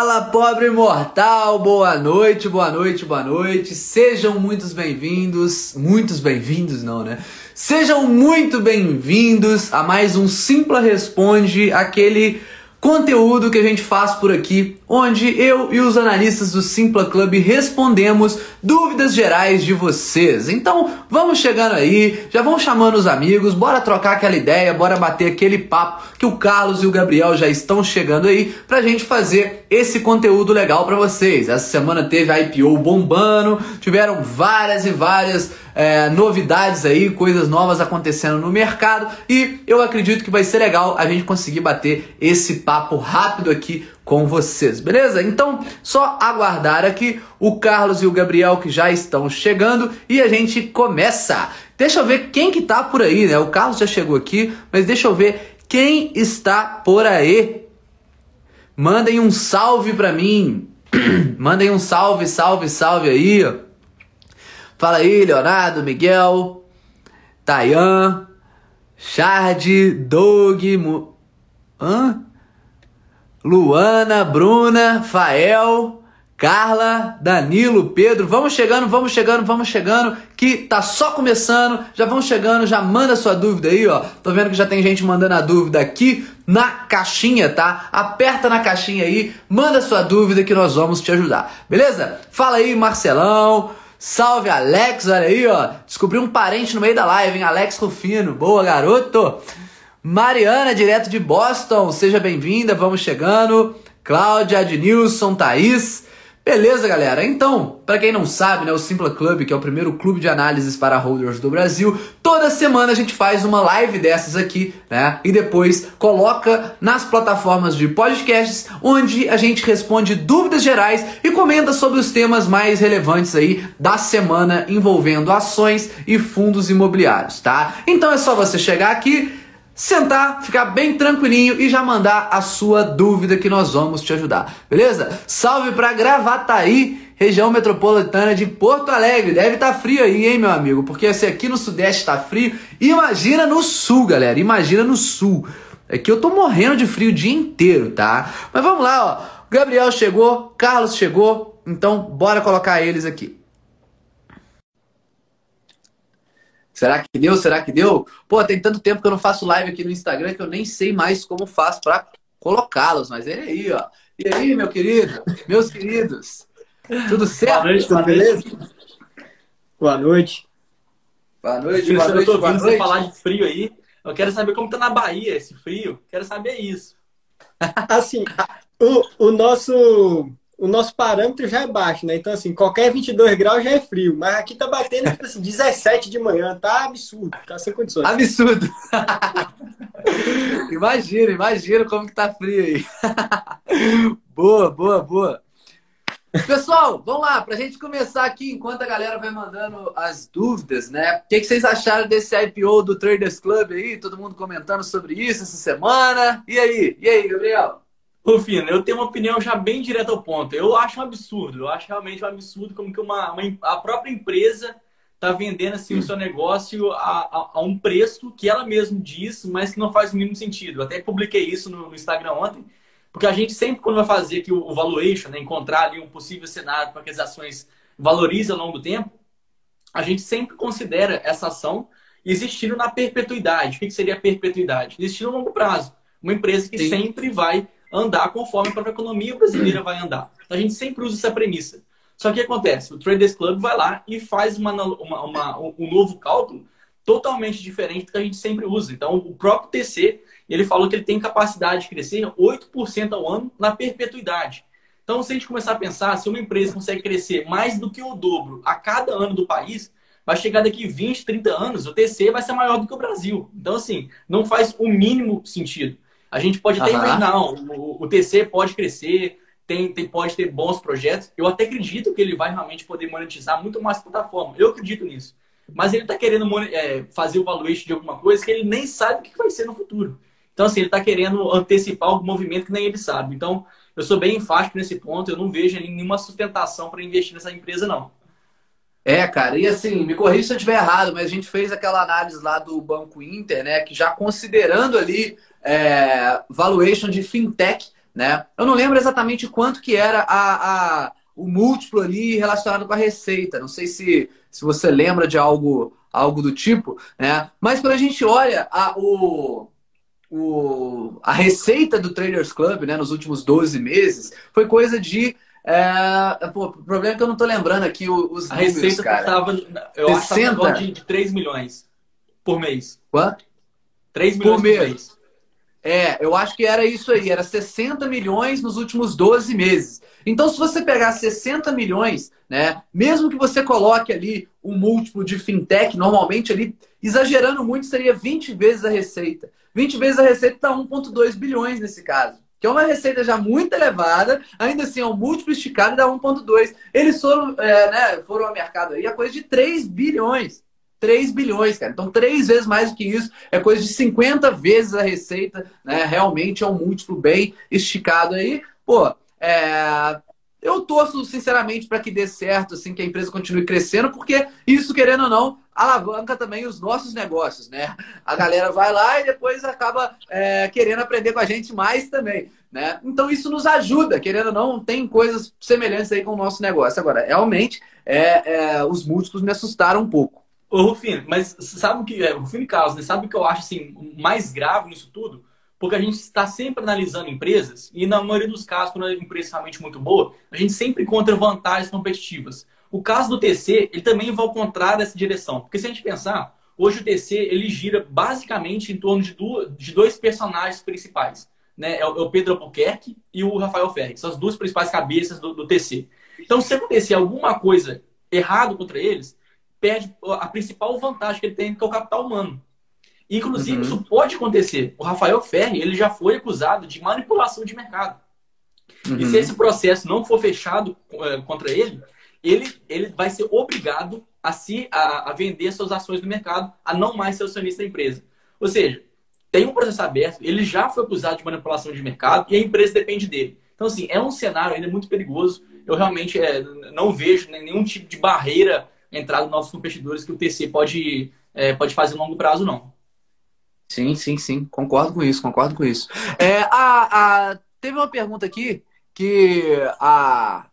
Fala, pobre mortal! Boa noite, boa noite, boa noite. Sejam muitos bem-vindos não, né? Sejam muito bem-vindos a mais um Simpla Responde, aquele conteúdo que a gente faz por aqui, onde eu e os analistas do Simpla Club respondemos dúvidas gerais de vocês. Então, vamos chegando aí, já vão chamando os amigos, bora trocar aquela ideia, bora bater aquele papo que o Carlos e o Gabriel já estão chegando aí pra gente fazer esse conteúdo legal pra vocês. Essa semana teve a IPO bombando, tiveram várias novidades aí, coisas novas acontecendo no mercado e eu acredito que vai ser legal a gente conseguir bater esse papo rápido aqui com vocês, beleza? Então, só aguardar aqui o Carlos e o Gabriel que já estão chegando e a gente começa. Deixa eu ver quem que tá por aí, né? O Carlos já chegou aqui, mas deixa eu ver quem está por aí. Mandem um salve pra mim. Mandem um salve aí, ó. Fala aí, Leonardo, Miguel, Tayan, Chard, Doug, Luana, Bruna, Fael, Carla, Danilo, Pedro. Vamos chegando, que tá só começando. Já vão chegando, já manda sua dúvida aí, ó. Tô vendo que já tem gente mandando a dúvida aqui na caixinha, tá? Aperta na caixinha aí, manda sua dúvida que nós vamos te ajudar, beleza? Fala aí, Marcelão. Salve, Alex, olha aí, ó. Descobri um parente no meio da live, hein? Alex Rufino. Boa, garoto. Mariana, direto de Boston. Seja bem-vinda, vamos chegando. Cláudia, Adnilson, Thaís. Beleza, galera? Então, para quem não sabe, né, o Simpla Club, que é o primeiro clube de análises para holders do Brasil, toda semana a gente faz uma live dessas aqui, né? E depois coloca nas plataformas de podcasts, onde a gente responde dúvidas gerais e comenta sobre os temas mais relevantes aí da semana envolvendo ações e fundos imobiliários, tá? Então é só você chegar aqui, sentar, ficar bem tranquilinho e já mandar a sua dúvida que nós vamos te ajudar, beleza? Salve pra Gravataí, região metropolitana de Porto Alegre. Deve estar frio aí, hein, meu amigo? Porque se aqui no Sudeste tá frio, imagina no Sul, galera, imagina no Sul. Aqui eu tô morrendo de frio o dia inteiro, tá? Mas vamos lá, ó. Gabriel chegou, Carlos chegou, então bora colocar eles aqui. Será que deu? Pô, tem tanto tempo que eu não faço live aqui no Instagram que eu nem sei mais como faço pra colocá-los. Mas ele aí, ó. E aí, meu querido? Meus queridos? Tudo certo? Boa noite, tudo beleza? Boa noite. Boa noite, Filho, boa eu noite, tô boa ouvindo noite. você falar de frio aí. Eu quero saber como tá na Bahia esse frio. Quero saber isso. Assim, o nosso parâmetro já é baixo, né? Então, assim, qualquer 22 graus já é frio. Mas aqui tá batendo, tipo assim, 17 de manhã. Tá absurdo, tá sem condições. Absurdo. Imagina como que tá frio aí. Boa. Pessoal, vamos lá, pra gente começar aqui, enquanto a galera vai mandando as dúvidas, né? O que vocês acharam desse IPO do Traders Club aí? Todo mundo comentando sobre isso essa semana. E aí, Gabriel? Rufino, eu tenho uma opinião já bem direta ao ponto. Eu acho um absurdo. Eu acho realmente um absurdo como que a própria empresa tá vendendo assim, o seu negócio a um preço que ela mesma diz, mas que não faz o mínimo sentido. Eu até publiquei isso no Instagram ontem, porque a gente sempre, quando vai fazer aqui o valuation, né, encontrar ali um possível cenário para que as ações valorizem ao longo do tempo, a gente sempre considera essa ação existindo na perpetuidade. O que seria a perpetuidade? Existindo a longo prazo. Uma empresa que sempre vai andar conforme a própria economia brasileira vai andar. Então, a gente sempre usa essa premissa. Só que o que acontece? O Traders Club vai lá e faz um novo cálculo totalmente diferente do que a gente sempre usa. Então, o próprio TC, ele falou que ele tem capacidade de crescer 8% ao ano na perpetuidade. Então, se a gente começar a pensar, se uma empresa consegue crescer mais do que o dobro a cada ano do país, vai chegar daqui 20, 30 anos, o TC vai ser maior do que o Brasil. Então, assim, não faz o mínimo sentido. A gente pode até imaginar, o TC pode crescer, pode ter bons projetos. Eu até acredito que ele vai realmente poder monetizar muito mais a plataforma. Eu acredito nisso. Mas ele está querendo fazer o valuation de alguma coisa que ele nem sabe o que vai ser no futuro. Então, assim, ele está querendo antecipar algum movimento que nem ele sabe. Então, eu sou bem enfático nesse ponto. Eu não vejo nenhuma sustentação para investir nessa empresa, não. Cara, e assim, me corrija se eu estiver errado, mas a gente fez aquela análise lá do Banco Inter, né, que já considerando ali valuation de fintech, né? Eu não lembro exatamente quanto que era o múltiplo ali relacionado com a receita. Não sei se você lembra de algo do tipo, né? Mas quando a gente olha a receita do Traders Club, né, nos últimos 12 meses, foi coisa de. O problema é que eu não tô lembrando aqui os A números, receita cara. estava, eu acho que 60? estava de 3 milhões por mês. Quanto? 3 milhões por mês. Eu acho que era isso aí, era 60 milhões nos últimos 12 meses. Então, se você pegar 60 milhões, né, mesmo que você coloque ali um múltiplo de fintech, normalmente ali, exagerando muito, seria 20 vezes a receita. 20 vezes a receita está 1,2 bilhões nesse caso. Que é uma receita já muito elevada, ainda assim é um múltiplo esticado e dá 1,2. Eles foram ao mercado aí a coisa de 3 bilhões. 3 bilhões, cara. Então, 3 vezes mais do que isso. É coisa de 50 vezes a receita, né? Realmente é um múltiplo bem esticado aí. Pô, eu torço, sinceramente, para que dê certo, assim, que a empresa continue crescendo, porque isso, querendo ou não, alavanca também os nossos negócios, né? A galera vai lá e depois acaba querendo aprender com a gente mais também, né? Então, isso nos ajuda, querendo ou não, tem coisas semelhantes aí com o nosso negócio. Agora, realmente, os múltiplos me assustaram um pouco. Ô, Rufino, mas sabe o que Rufino e Carlos, né? Sabe o que eu acho assim, mais grave nisso tudo? Porque a gente está sempre analisando empresas e, na maioria dos casos, quando a empresa é realmente muito boa, a gente sempre encontra vantagens competitivas. O caso do TC, ele também vai ao contrário dessa direção. Porque se a gente pensar, hoje o TC ele gira basicamente em torno de dois personagens principais. Né? É o Pedro Albuquerque e o Rafael Ferri, que são as duas principais cabeças do TC. Então, se acontecer alguma coisa errada contra eles, perde a principal vantagem que ele tem, que é o capital humano. Inclusive, isso pode acontecer. O Rafael Ferri, ele já foi acusado de manipulação de mercado. E se esse processo não for fechado contra ele, ele vai ser obrigado a vender suas ações no mercado, a não mais ser acionista da empresa. Ou seja, tem um processo aberto, ele já foi acusado de manipulação de mercado e a empresa depende dele. Então, assim, é um cenário ainda muito perigoso. Eu realmente não vejo nenhum tipo de barreira entrada de novos competidores que o TC pode fazer a longo prazo, não. Sim, sim, sim. Concordo com isso, concordo com isso. Teve uma pergunta aqui que a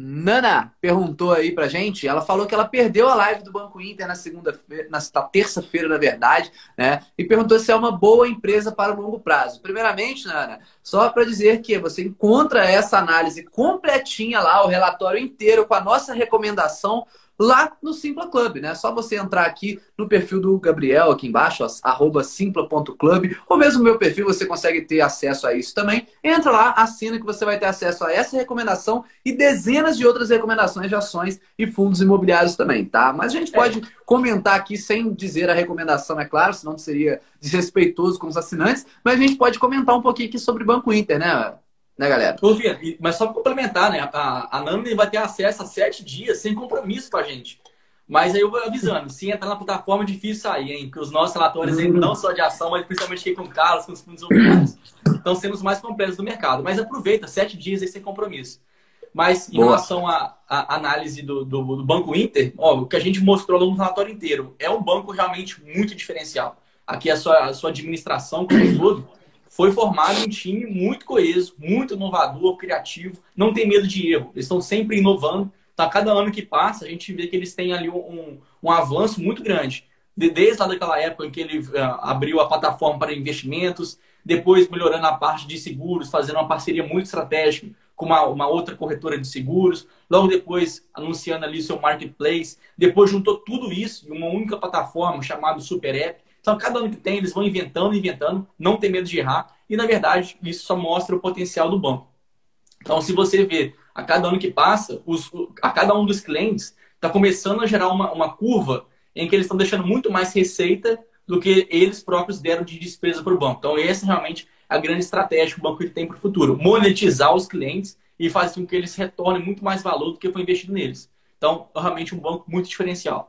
Nana perguntou aí pra gente. Ela falou que ela perdeu a live do Banco Inter na terça-feira, na verdade, né? E perguntou se é uma boa empresa para o longo prazo. Primeiramente, Nana, só para dizer que você encontra essa análise completinha lá, o relatório inteiro com a nossa recomendação lá no Simpla Club, né? Só você entrar aqui no perfil do Gabriel, aqui embaixo, @simpla.club, ou mesmo no meu perfil, você consegue ter acesso a isso também. Entra lá, assina que você vai ter acesso a essa recomendação e dezenas de outras recomendações de ações e fundos imobiliários também, tá? Mas a gente pode comentar aqui sem dizer a recomendação, é claro, senão seria desrespeitoso com os assinantes, mas a gente pode comentar um pouquinho aqui sobre Banco Inter, né, galera? Mas só para complementar, né? A Nami vai ter acesso a 7 dias sem compromisso com a gente. Mas aí eu vou avisando, se entrar na plataforma é difícil sair, hein? Porque os nossos relatórios, não só de ação, mas principalmente aqui com Carlos, com os fundos imobiliários, estão sendo os mais completos do mercado. Mas aproveita, 7 dias aí sem compromisso. Mas em relação à análise do Banco Inter, o que a gente mostrou ao longo do relatório inteiro, é um banco realmente muito diferencial. Aqui a sua administração, como um todo, foi formado um time muito coeso, muito inovador, criativo, não tem medo de erro. Eles estão sempre inovando. Então, a cada ano que passa, a gente vê que eles têm ali um avanço muito grande. Desde lá daquela época em que ele abriu a plataforma para investimentos, depois melhorando a parte de seguros, fazendo uma parceria muito estratégica com uma outra corretora de seguros, logo depois anunciando ali seu marketplace, depois juntou tudo isso em uma única plataforma chamada Super App. Então, cada ano que tem, eles vão inventando, não tem medo de errar. E, na verdade, isso só mostra o potencial do banco. Então, se você vê, a cada ano que passa, a cada um dos clientes está começando a gerar uma curva em que eles estão deixando muito mais receita do que eles próprios deram de despesa para o banco. Então, essa realmente é a grande estratégia que o banco tem para o futuro. Monetizar os clientes e fazer com que eles retornem muito mais valor do que foi investido neles. Então, realmente um banco muito diferencial.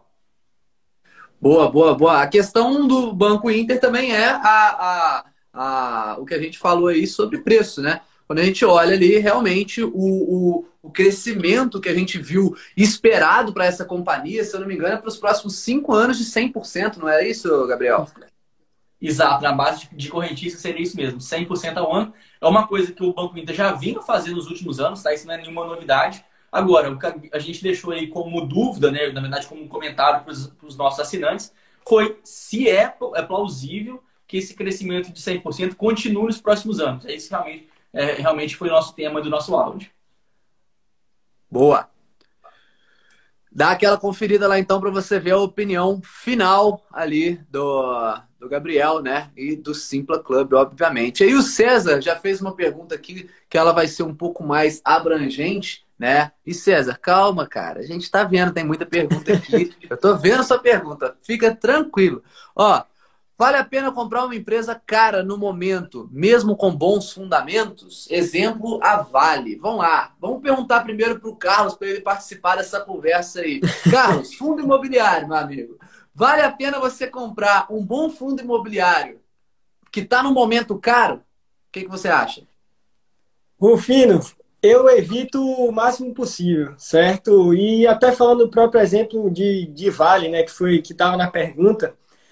Boa, boa, boa. A questão do Banco Inter também é o que a gente falou aí sobre preço, né? Quando a gente olha ali, realmente, o crescimento que a gente viu esperado para essa companhia, se eu não me engano, é para os próximos 5 anos de 100%, não é isso, Gabriel? Exato, na base de correntícia seria isso mesmo, 100% ao ano. É uma coisa que o Banco Inter já vinha fazendo nos últimos anos, tá? Isso não é nenhuma novidade. Agora, o que a gente deixou aí como dúvida, né? Na verdade, como um comentário para os nossos assinantes, foi se é plausível que esse crescimento de 100% continue nos próximos anos. Esse realmente foi o nosso tema do nosso áudio. Boa. Dá aquela conferida lá então para você ver a opinião final ali do Gabriel, né? E do Simpla Club, obviamente. E aí o César já fez uma pergunta aqui que ela vai ser um pouco mais abrangente, né? E César, calma, cara. A gente tá vendo, tem muita pergunta aqui. Eu tô vendo sua pergunta. Fica tranquilo. Ó, vale a pena comprar uma empresa cara no momento, mesmo com bons fundamentos? Exemplo, a Vale. Vamos lá. Vamos perguntar primeiro para o Carlos, para ele participar dessa conversa aí. Carlos, fundo imobiliário, meu amigo. Vale a pena você comprar um bom fundo imobiliário que está no momento caro? O que você acha? Rufino, eu evito o máximo possível, certo? E até falando do próprio exemplo de Vale, né, que estava na pergunta,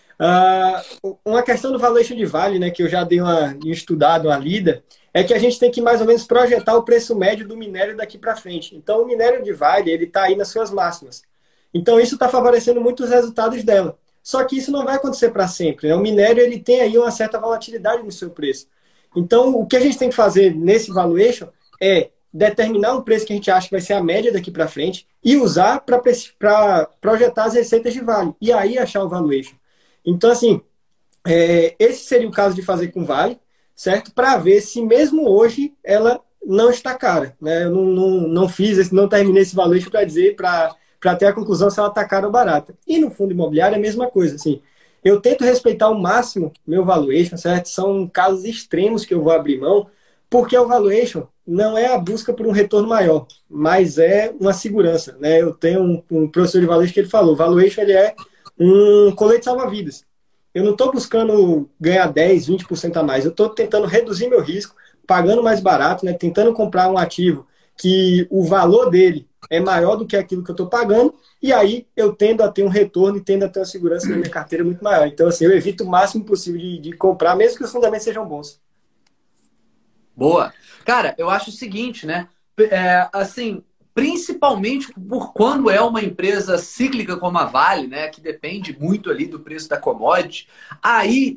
uma questão do valuation de Vale, né, que eu já dei uma estudada, uma lida, é que a gente tem que mais ou menos projetar o preço médio do minério daqui para frente. Então, o minério de Vale, ele está aí nas suas máximas. Então, isso está favorecendo muito os resultados dela. Só que isso não vai acontecer para sempre, né? O minério, ele tem aí uma certa volatilidade no seu preço. Então, o que a gente tem que fazer nesse valuation é determinar um preço que a gente acha que vai ser a média daqui para frente e usar para projetar as receitas de Vale. E aí achar o valuation. Então, assim, esse seria o caso de fazer com Vale, certo? Para ver se mesmo hoje ela não está cara, né? Eu não terminei esse valuation para dizer, para ter a conclusão se ela está cara ou barata. E no fundo imobiliário é a mesma coisa, assim. Eu tento respeitar ao máximo meu valuation, certo? São casos extremos que eu vou abrir mão, porque o valuation não é a busca por um retorno maior, mas é uma segurança, né? Eu tenho um professor de valuation que ele falou, o valuation ele é um colete salva-vidas. Eu não estou buscando ganhar 10, 20% a mais. Eu estou tentando reduzir meu risco, pagando mais barato, né? Tentando comprar um ativo que o valor dele é maior do que aquilo que eu estou pagando, e aí eu tendo a ter um retorno e tendo a ter uma segurança na minha carteira muito maior. Então, assim, eu evito o máximo possível de comprar, mesmo que os fundamentos sejam bons. Boa. Cara, eu acho o seguinte, né? Assim, principalmente por quando é uma empresa cíclica como a Vale, né, que depende muito ali do preço da commodity, aí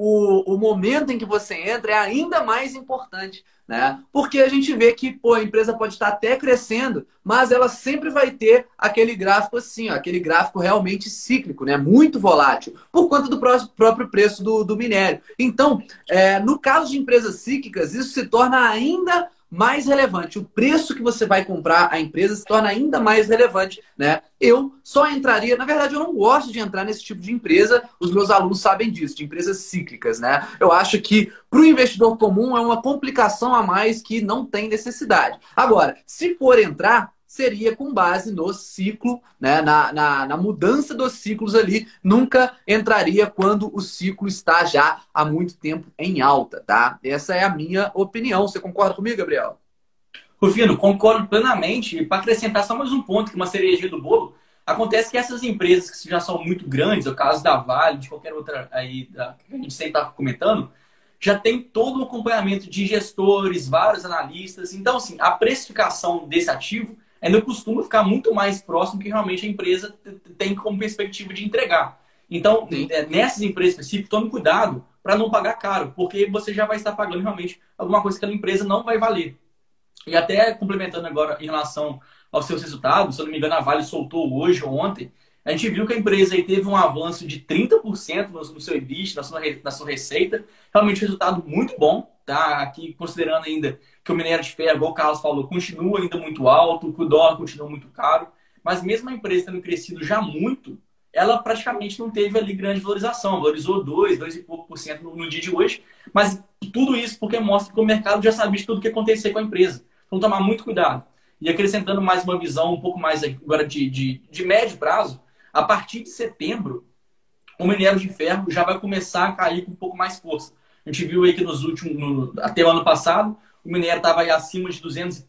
o momento em que você entra é ainda mais importante, né? Porque a gente vê que pô, a empresa pode estar até crescendo, mas ela sempre vai ter aquele gráfico assim, ó, aquele gráfico realmente cíclico, né? Muito volátil, por conta do próprio preço do minério. Então, no caso de empresas cíclicas, isso se torna ainda mais relevante. O preço que você vai comprar a empresa se torna ainda mais relevante, né? Eu só entraria, na verdade, eu não gosto de entrar nesse tipo de empresa, os meus alunos sabem disso, de empresas cíclicas, né? Eu acho que para o investidor comum é uma complicação a mais que não tem necessidade. Agora, se for entrar, seria com base no ciclo, né? na mudança dos ciclos ali. Nunca entraria quando o ciclo está já há muito tempo em alta, tá? Essa é a minha opinião. Você concorda comigo, Gabriel? Rufino, concordo plenamente. E para acrescentar só mais um ponto, que uma cerejinha do bolo, acontece que essas empresas que já são muito grandes, o caso da Vale, de qualquer outra aí que a gente sempre está comentando, já tem todo um acompanhamento de gestores, vários analistas. Então, assim, a precificação desse ativo ainda costuma ficar muito mais próximo que realmente a empresa tem como perspectiva de entregar. Então, nessas empresas específicas, tome cuidado para não pagar caro, porque você já vai estar pagando realmente alguma coisa que aquela empresa não vai valer. E até complementando agora em relação aos seus resultados, se eu não me engano, a Vale soltou hoje ou ontem, a gente viu que a empresa aí teve um avanço de 30% no seu EBIT, na sua receita. Realmente um resultado muito bom, tá? Aqui considerando ainda que o minério de ferro, igual o Carlos falou, continua ainda muito alto, que o dólar continua muito caro. Mas mesmo a empresa tendo crescido já muito, ela praticamente não teve ali grande valorização. Valorizou 2 e pouco por cento no dia de hoje. Mas tudo isso porque mostra que o mercado já sabia de tudo o que ia acontecer com a empresa. Então tomar muito cuidado. E acrescentando mais uma visão um pouco mais agora de médio prazo, a partir de setembro, o minério de ferro já vai começar a cair com um pouco mais força. A gente viu aí que até o ano passado, o minério estava aí acima de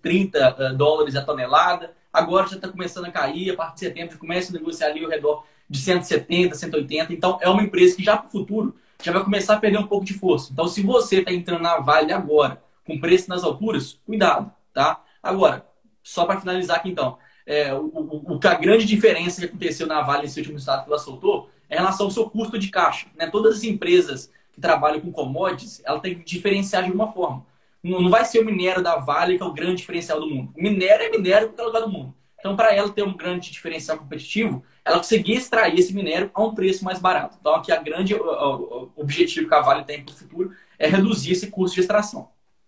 230 dólares a tonelada. Agora já está começando a cair. A partir de setembro, começa a negociar ali ao redor de 170, 180. Então, é uma empresa que já para o futuro já vai começar a perder um pouco de força. Então, se você está entrando na Vale agora, com preço nas alturas, cuidado, tá? Agora, só para finalizar aqui então, a grande diferença que aconteceu na Vale nesse último estado que ela soltou é em relação ao seu custo de caixa, né? Todas as empresas que trabalham com commodities, ela tem que diferenciar de alguma forma. Não vai ser o minério da Vale que é o grande diferencial do mundo. O minério é minério em qualquer lugar do mundo. Então, para ela ter um grande diferencial competitivo, ela conseguir extrair esse minério a um preço mais barato. Então, aqui o objetivo que a Vale tem para o futuro é reduzir esse custo de extração.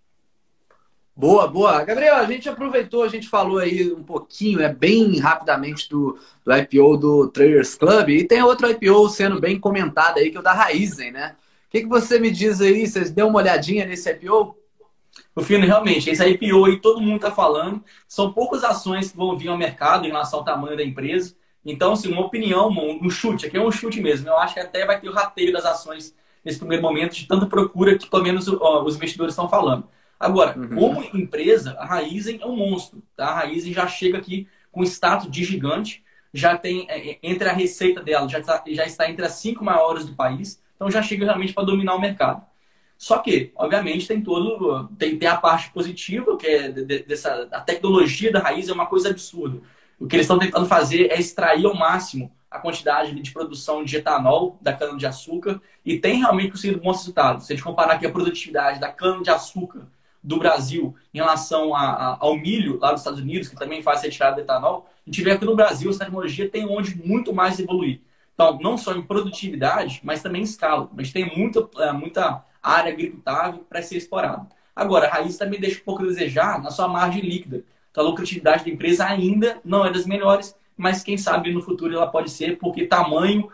Boa, boa. Gabriel, a gente aproveitou, a gente falou aí um pouquinho, bem rapidamente do IPO do Traders Club, e tem outro IPO sendo bem comentado aí, que é o da Raizen, né? O que você me diz aí? Vocês deu uma olhadinha nesse IPO? Rufino, realmente, esse IPO aí todo mundo está falando, são poucas ações que vão vir ao mercado em relação ao tamanho da empresa. Então, assim, uma opinião, um chute, aqui é um chute mesmo, eu acho que até vai ter o rateio das ações nesse primeiro momento, de tanta procura que pelo menos os investidores estão falando. Agora, como empresa, a Raizen é um monstro. Tá? A Raizen já chega aqui com status de gigante, já tem, entre a receita dela, já está entre as 5 maiores do país, então já chega realmente para dominar o mercado. Só que, obviamente, tem a parte positiva, que é a tecnologia da Raizen é uma coisa absurda. O que eles estão tentando fazer é extrair ao máximo a quantidade de produção de etanol da cana-de-açúcar e tem realmente conseguido bons resultados. Se a gente comparar aqui a produtividade da cana-de-açúcar do Brasil em relação ao milho lá dos Estados Unidos, que também faz retirada de etanol, a gente vê aqui no Brasil essa tecnologia tem onde muito mais evoluir. Então, não só em produtividade, mas também em escala. A gente tem muita área agricultável para ser explorada. Agora, a Raizen também deixa um pouco a desejar na sua margem líquida. Então, a lucratividade da empresa ainda não é das melhores, mas quem sabe no futuro ela pode ser, porque tamanho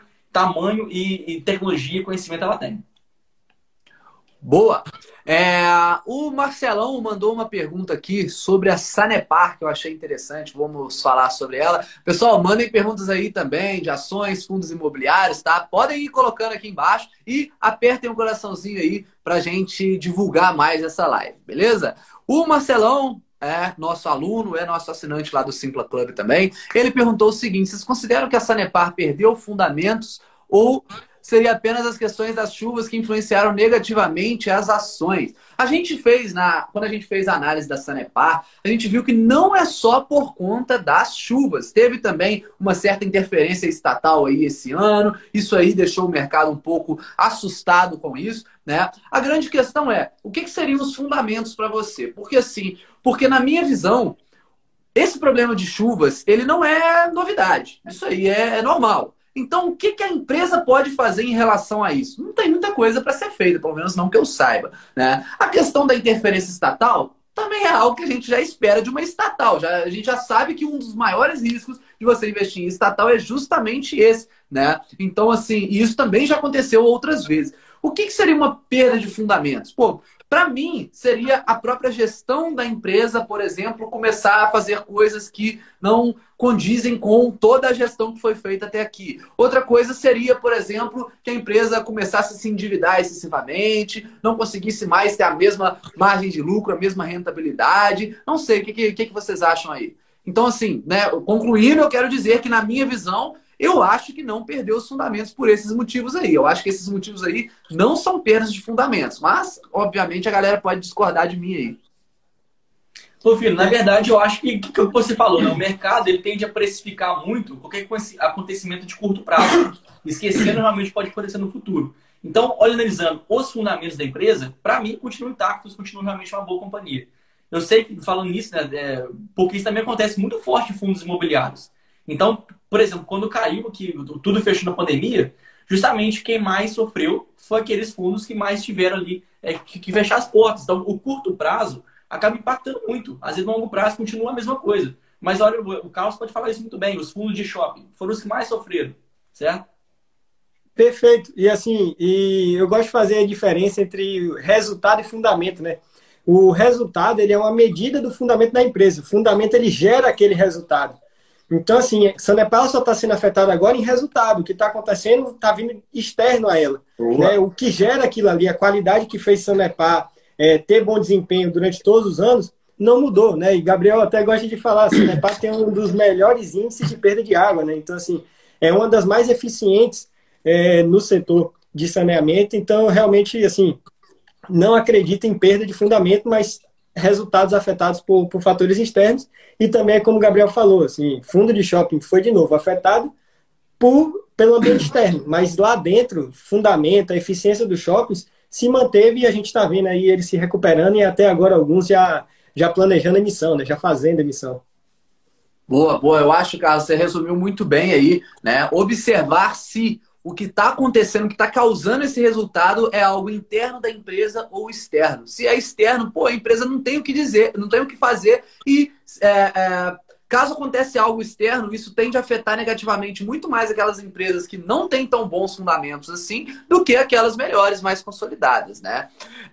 e tecnologia e conhecimento ela tem. Boa! O Marcelão mandou uma pergunta aqui sobre a Sanepar, que eu achei interessante, vamos falar sobre ela. Pessoal, mandem perguntas aí também de ações, fundos imobiliários, tá? Podem ir colocando aqui embaixo e apertem o coraçãozinho aí pra gente divulgar mais essa live, beleza? O Marcelão é nosso aluno, é nosso assinante lá do Simpla Club também. Ele perguntou o seguinte: vocês consideram que a Sanepar perdeu fundamentos ou seria apenas as questões das chuvas que influenciaram negativamente as ações? A gente fez, quando a gente fez a análise da Sanepar, a gente viu que não é só por conta das chuvas. Teve também uma certa interferência estatal aí esse ano. Isso aí deixou o mercado um pouco assustado com isso, né? A grande questão é, o que seriam os fundamentos para você? Porque na minha visão, esse problema de chuvas, ele não é novidade. Isso aí é normal. Então, o que a empresa pode fazer em relação a isso? Não tem muita coisa para ser feita, pelo menos não que eu saiba, né? A questão da interferência estatal também é algo que a gente já espera de uma estatal. A gente já sabe que um dos maiores riscos de você investir em estatal é justamente esse, né? Então, assim, isso também já aconteceu outras vezes. O que seria uma perda de fundamentos? Para mim, seria a própria gestão da empresa, por exemplo, começar a fazer coisas que não condizem com toda a gestão que foi feita até aqui. Outra coisa seria, por exemplo, que a empresa começasse a se endividar excessivamente, não conseguisse mais ter a mesma margem de lucro, a mesma rentabilidade. Não sei, o que vocês acham aí? Então, assim, né, concluindo, eu quero dizer que, na minha visão, eu acho que não perdeu os fundamentos por esses motivos aí. Eu acho que esses motivos aí não são perdas de fundamentos. Mas, obviamente, a galera pode discordar de mim aí. Ô, filho, na verdade, eu acho que o que você falou, né? O mercado ele tende a precificar muito qualquer acontecimento de curto prazo, esquecendo realmente o que pode acontecer no futuro. Então, olha, analisando os fundamentos da empresa, para mim, continuam intactos, continuam realmente uma boa companhia. Eu sei que, falando nisso, né, porque isso também acontece muito forte em fundos imobiliários. Então, por exemplo, quando caiu, que tudo fechou na pandemia, justamente quem mais sofreu foi aqueles fundos que mais tiveram ali que fechar as portas. Então, o curto prazo acaba impactando muito. Às vezes, no longo prazo, continua a mesma coisa. Mas, olha, o Carlos pode falar isso muito bem. Os fundos de shopping foram os que mais sofreram, certo? Perfeito. E assim, eu gosto de fazer a diferença entre resultado e fundamento, né? O resultado, ele é uma medida do fundamento da empresa. O fundamento, ele gera aquele resultado. Então, assim, Sanepar só está sendo afetada agora em resultado. O que está acontecendo está vindo externo a ela. Né? O que gera aquilo ali, a qualidade que fez Sanepar ter bom desempenho durante todos os anos, não mudou. Né? E Gabriel até gosta de falar, Sanepar tem um dos melhores índices de perda de água. Né? Então, assim, é uma das mais eficientes no setor de saneamento. Então, realmente, assim, não acredita em perda de fundamento, mas resultados afetados por fatores externos. E também, como o Gabriel falou, assim, fundo de shopping foi, de novo, afetado pelo ambiente externo. Mas lá dentro, fundamento, a eficiência dos shoppings se manteve e a gente está vendo aí eles se recuperando e até agora alguns já planejando emissão, né? Já fazendo emissão. Boa, boa. Eu acho, Carlos, você resumiu muito bem aí, né? Observar se o que está acontecendo, o que está causando esse resultado é algo interno da empresa ou externo. Se é externo, pô, a empresa não tem o que dizer, não tem o que fazer e caso acontece algo externo, isso tende a afetar negativamente muito mais aquelas empresas que não têm tão bons fundamentos assim do que aquelas melhores, mais consolidadas, né?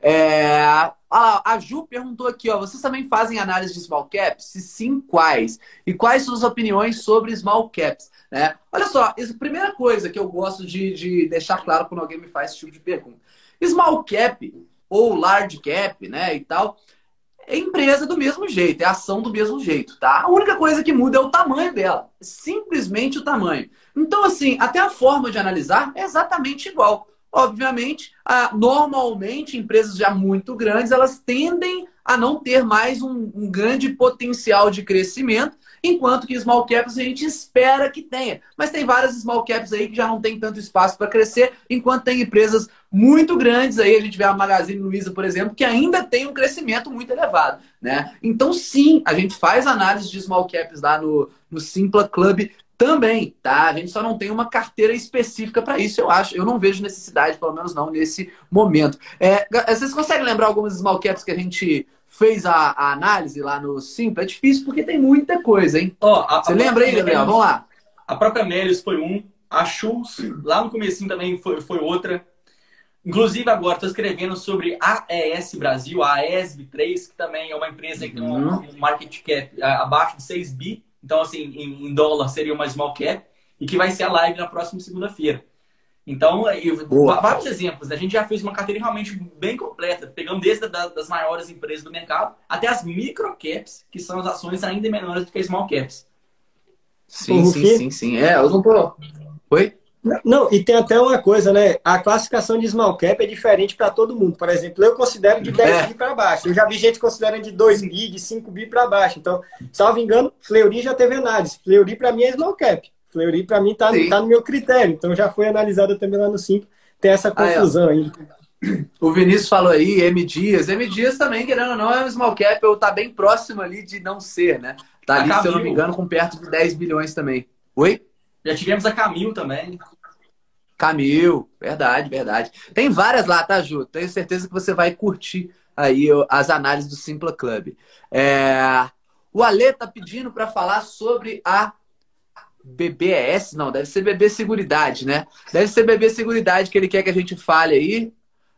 A Ju perguntou aqui, ó, vocês também fazem análise de small caps? Se sim, quais? E quais suas opiniões sobre small caps? Né? Olha só, a primeira coisa que eu gosto de deixar claro quando alguém me faz esse tipo de pergunta. Small cap ou large cap, né, e tal, é empresa do mesmo jeito, é ação do mesmo jeito, tá? A única coisa que muda é o tamanho dela, simplesmente o tamanho. Então, assim, até a forma de analisar é exatamente igual. Obviamente, normalmente, empresas já muito grandes, elas tendem a não ter mais um grande potencial de crescimento, enquanto que small caps a gente espera que tenha. Mas tem várias small caps aí que já não tem tanto espaço para crescer, enquanto tem empresas muito grandes aí, a gente vê a Magazine Luiza, por exemplo, que ainda tem um crescimento muito elevado, né? Então, sim, a gente faz análise de small caps lá no Simpla Club também, tá? A gente só não tem uma carteira específica para isso, eu acho. Eu não vejo necessidade, pelo menos não nesse momento. Vocês conseguem lembrar algumas small caps que a gente fez a análise lá no Simpla? É difícil porque tem muita coisa, hein? Você lembra aí, Gabriel? Vamos lá. A própria Melius foi um. A Schultz, lá no comecinho também foi outra. Inclusive, agora estou escrevendo sobre a AES Brasil, a AESB3, que também é uma empresa que tem um market cap abaixo de 6 bi. Então, assim, em dólar seria uma small cap. E que vai ser a live na próxima segunda-feira. Então, vários exemplos. Né? A gente já fez uma carteira realmente bem completa. Pegando desde das maiores empresas do mercado até as microcaps, que são as ações ainda menores do que as small caps. Sim. Eu não tô... Oi? Não, e tem até uma coisa, né? A classificação de small cap é diferente para todo mundo. Por exemplo, eu considero de 10 bi para baixo. Eu já vi gente considerando de 2 bi, de 5 bi para baixo. Então, salvo engano, Fleury já teve análise. Fleury para mim é small cap. Fleury para mim tá no meu critério. Então, já foi analisada também lá no 5. Tem essa confusão aí. O Vinícius falou aí, M Dias. M Dias também, querendo ou não, é um small cap, ou tá bem próximo ali de não ser, né? Tá ali, se eu não me engano, com perto de 10 bilhões também. Oi? Já tivemos a Camil também. Camil, verdade. Tem várias lá, tá, Ju? Tenho certeza que você vai curtir aí as análises do Simpla Club. O Ale tá pedindo para falar sobre a BBS, não, deve ser BB Seguridade, né? Deve ser BB Seguridade que ele quer que a gente fale aí.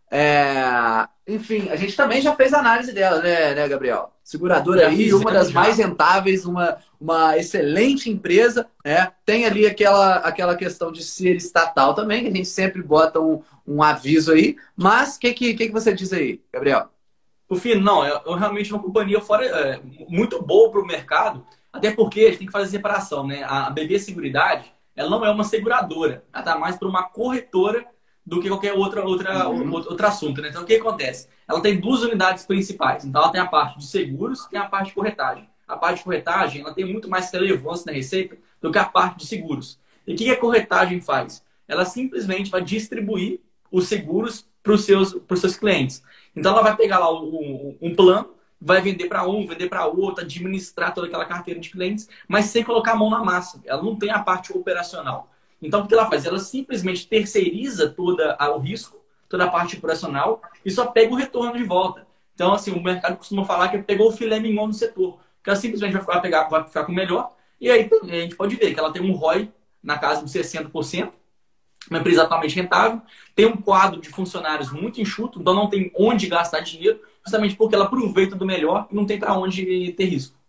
Enfim, a gente também já fez análise dela, né, Gabriel? Seguradora aí, uma das mais rentáveis, uma excelente empresa, né? Tem ali aquela questão de ser estatal também, que a gente sempre bota um aviso aí. Mas o que você diz aí, Gabriel? O fim, não, eu realmente uma companhia muito boa para o mercado, até porque a gente tem que fazer separação, né? A BB Seguridade, ela não é uma seguradora, ela está mais para uma corretora do que qualquer outro assunto, né? Então, o que acontece? Ela tem duas unidades principais. Então, ela tem a parte de seguros e a parte de corretagem. A parte de corretagem, ela tem muito mais relevância na receita do que a parte de seguros. E o que a corretagem faz? Ela simplesmente vai distribuir os seguros para os seus clientes. Então, ela vai pegar lá um plano, vai vender para um, vender para outro, administrar toda aquela carteira de clientes, mas sem colocar a mão na massa. Ela não tem a parte operacional. Então, o que ela faz? Ela simplesmente terceiriza todo o risco, toda a parte operacional e só pega o retorno de volta. Então, assim, o mercado costuma falar que pegou o filé mignon do setor. Que ela simplesmente vai ficar com o melhor. E aí, a gente pode ver que ela tem um ROI na casa de 60%, uma empresa atualmente rentável, tem um quadro de funcionários muito enxuto, então não tem onde gastar dinheiro, justamente porque ela aproveita do melhor e não tem para onde ter risco.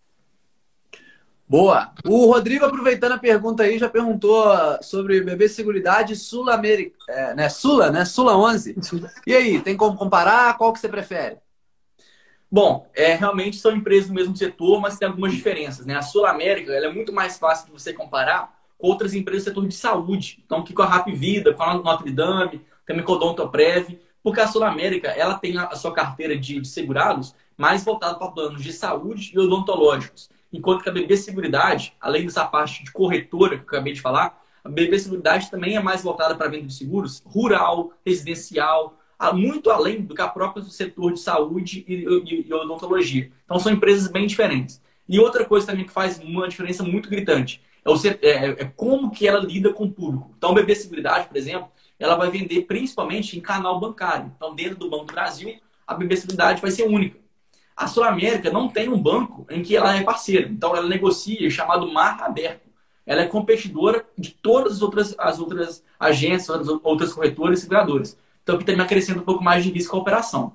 Boa. O Rodrigo, aproveitando a pergunta aí, já perguntou sobre BB Seguridade Sul-América, Sula 11. E aí, tem como comparar? Qual que você prefere? Bom, realmente são empresas do mesmo setor, mas tem algumas diferenças, né? A Sul-América, ela é muito mais fácil de você comparar com outras empresas do setor de saúde. Então, aqui com a Rapvida, com a Notre Dame, também com a Odontoprev, Porque a Sul América, ela tem a sua carteira de segurados mais voltada para planos de saúde e odontológicos. Enquanto que a BB Seguridade, além dessa parte de corretora que eu acabei de falar, a BB Seguridade também é mais voltada para a venda de seguros rural, residencial, muito além do que a própria setor de saúde e odontologia. Então são empresas bem diferentes. E outra coisa também que faz uma diferença muito gritante é como que ela lida com o público. Então a BB Seguridade, por exemplo, ela vai vender principalmente em canal bancário. Então dentro do Banco do Brasil, a BB Seguridade vai ser única. A Sul América não tem um banco em que ela é parceira. Então ela negocia chamado mar aberto. Ela é competidora de todas as outras agências, outras corretoras e seguradoras. Então, que também acrescenta um pouco mais de risco à operação.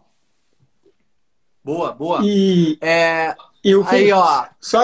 Boa, boa. E o aí, ó. Só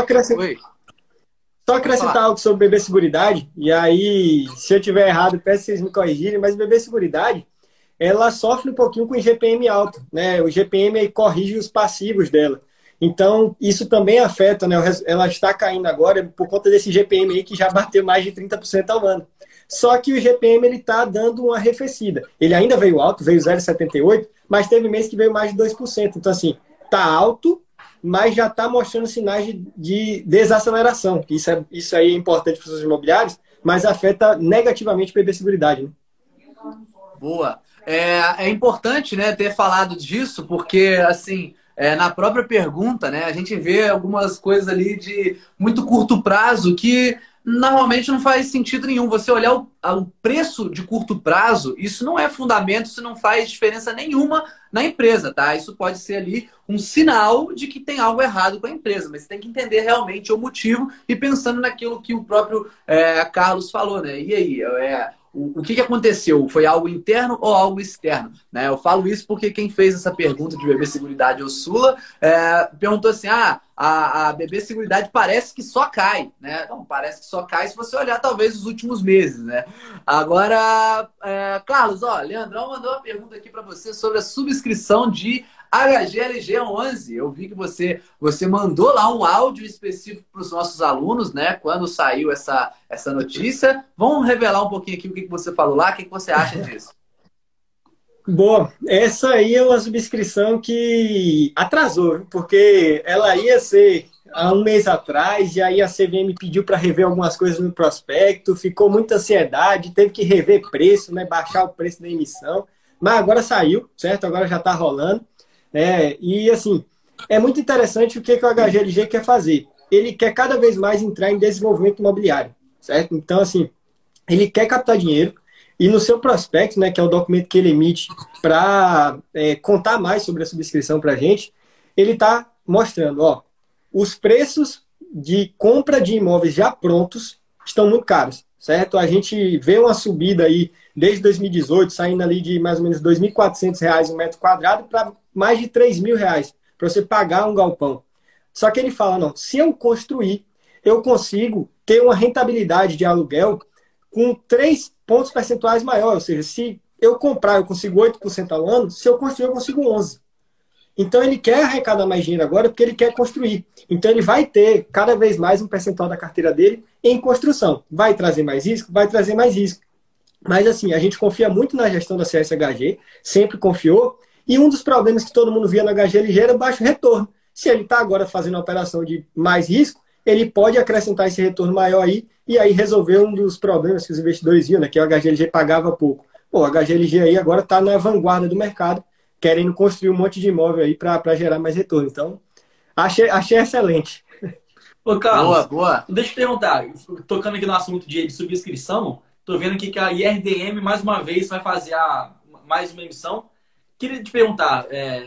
acrescentar algo sobre BB Seguridade. E aí, se eu tiver errado, peço que vocês me corrigirem. Mas BB Seguridade, ela sofre um pouquinho com o IGPM alto, né? O IGPM aí corrige os passivos dela. Então, isso também afeta, né? Ela está caindo agora por conta desse IGPM aí que já bateu mais de 30% ao ano. Só que o IGPM está dando uma arrefecida. Ele ainda veio alto, veio 0,78%, mas teve mês que veio mais de 2%. Então, assim, está alto, mas já está mostrando sinais de desaceleração. Isso aí é importante para os imobiliários, mas afeta negativamente a BB Seguridade, né? Boa. É importante, né, ter falado disso, porque, assim, na própria pergunta, né, a gente vê algumas coisas ali de muito curto prazo que normalmente não faz sentido nenhum. Você olhar o preço de curto prazo, isso não é fundamento, isso não faz diferença nenhuma na empresa, tá? Isso pode ser ali um sinal de que tem algo errado com a empresa, mas você tem que entender realmente o motivo e pensando naquilo que o próprio Carlos falou, né? E aí, o que aconteceu? Foi algo interno ou algo externo? Né? Eu falo isso porque quem fez essa pergunta de BB Seguridade ou Sula perguntou assim, a BB Seguridade parece que só cai, né? Não, parece que só cai se você olhar talvez os últimos meses, né? Agora, Carlos, Leandrão mandou uma pergunta aqui para você sobre a subscrição de HGLG11. Eu vi que você mandou lá um áudio específico para os nossos alunos, né? Quando saiu essa notícia. Vamos revelar um pouquinho aqui o que você falou lá, o que você acha disso? Boa, essa aí é uma subscrição que atrasou, porque ela ia ser há um mês atrás, e aí a CVM pediu para rever algumas coisas no prospecto, ficou muita ansiedade, teve que rever preço, né? Baixar o preço da emissão, mas agora saiu, certo? Agora já está rolando. E assim, é muito interessante o que o HGLG quer fazer. Ele quer cada vez mais entrar em desenvolvimento imobiliário, certo? Então, assim, ele quer captar dinheiro e no seu prospecto, né, que é o documento que ele emite para contar mais sobre a subscrição para a gente, ele está mostrando, os preços de compra de imóveis já prontos estão muito caros, certo? A gente vê uma subida aí desde 2018, saindo ali de mais ou menos R$ 2.400 um metro quadrado para mais de R$ 3.000 para você pagar um galpão. Só que ele fala, não, se eu construir, eu consigo ter uma rentabilidade de aluguel com 3 pontos percentuais maior. Ou seja, se eu comprar, eu consigo 8% ao ano, se eu construir, eu consigo 11%. Então, ele quer arrecadar mais dinheiro agora porque ele quer construir. Então, ele vai ter cada vez mais um percentual da carteira dele em construção. Vai trazer mais risco? Vai trazer mais risco. Mas, assim, a gente confia muito na gestão da CSHG, sempre confiou, e um dos problemas que todo mundo via na HGLG era baixo retorno. Se ele está agora fazendo uma operação de mais risco, ele pode acrescentar esse retorno maior aí, e aí resolver um dos problemas que os investidores viam, né, que o HGLG pagava pouco. Pô, o HGLG aí agora está na vanguarda do mercado, querendo construir um monte de imóvel aí para gerar mais retorno. Então, achei excelente. Ô, Carlos, boa. Deixa eu te perguntar, tocando aqui no assunto de subscrição, tô vendo aqui que a IRDM, mais uma vez, vai fazer mais uma emissão. Queria te perguntar,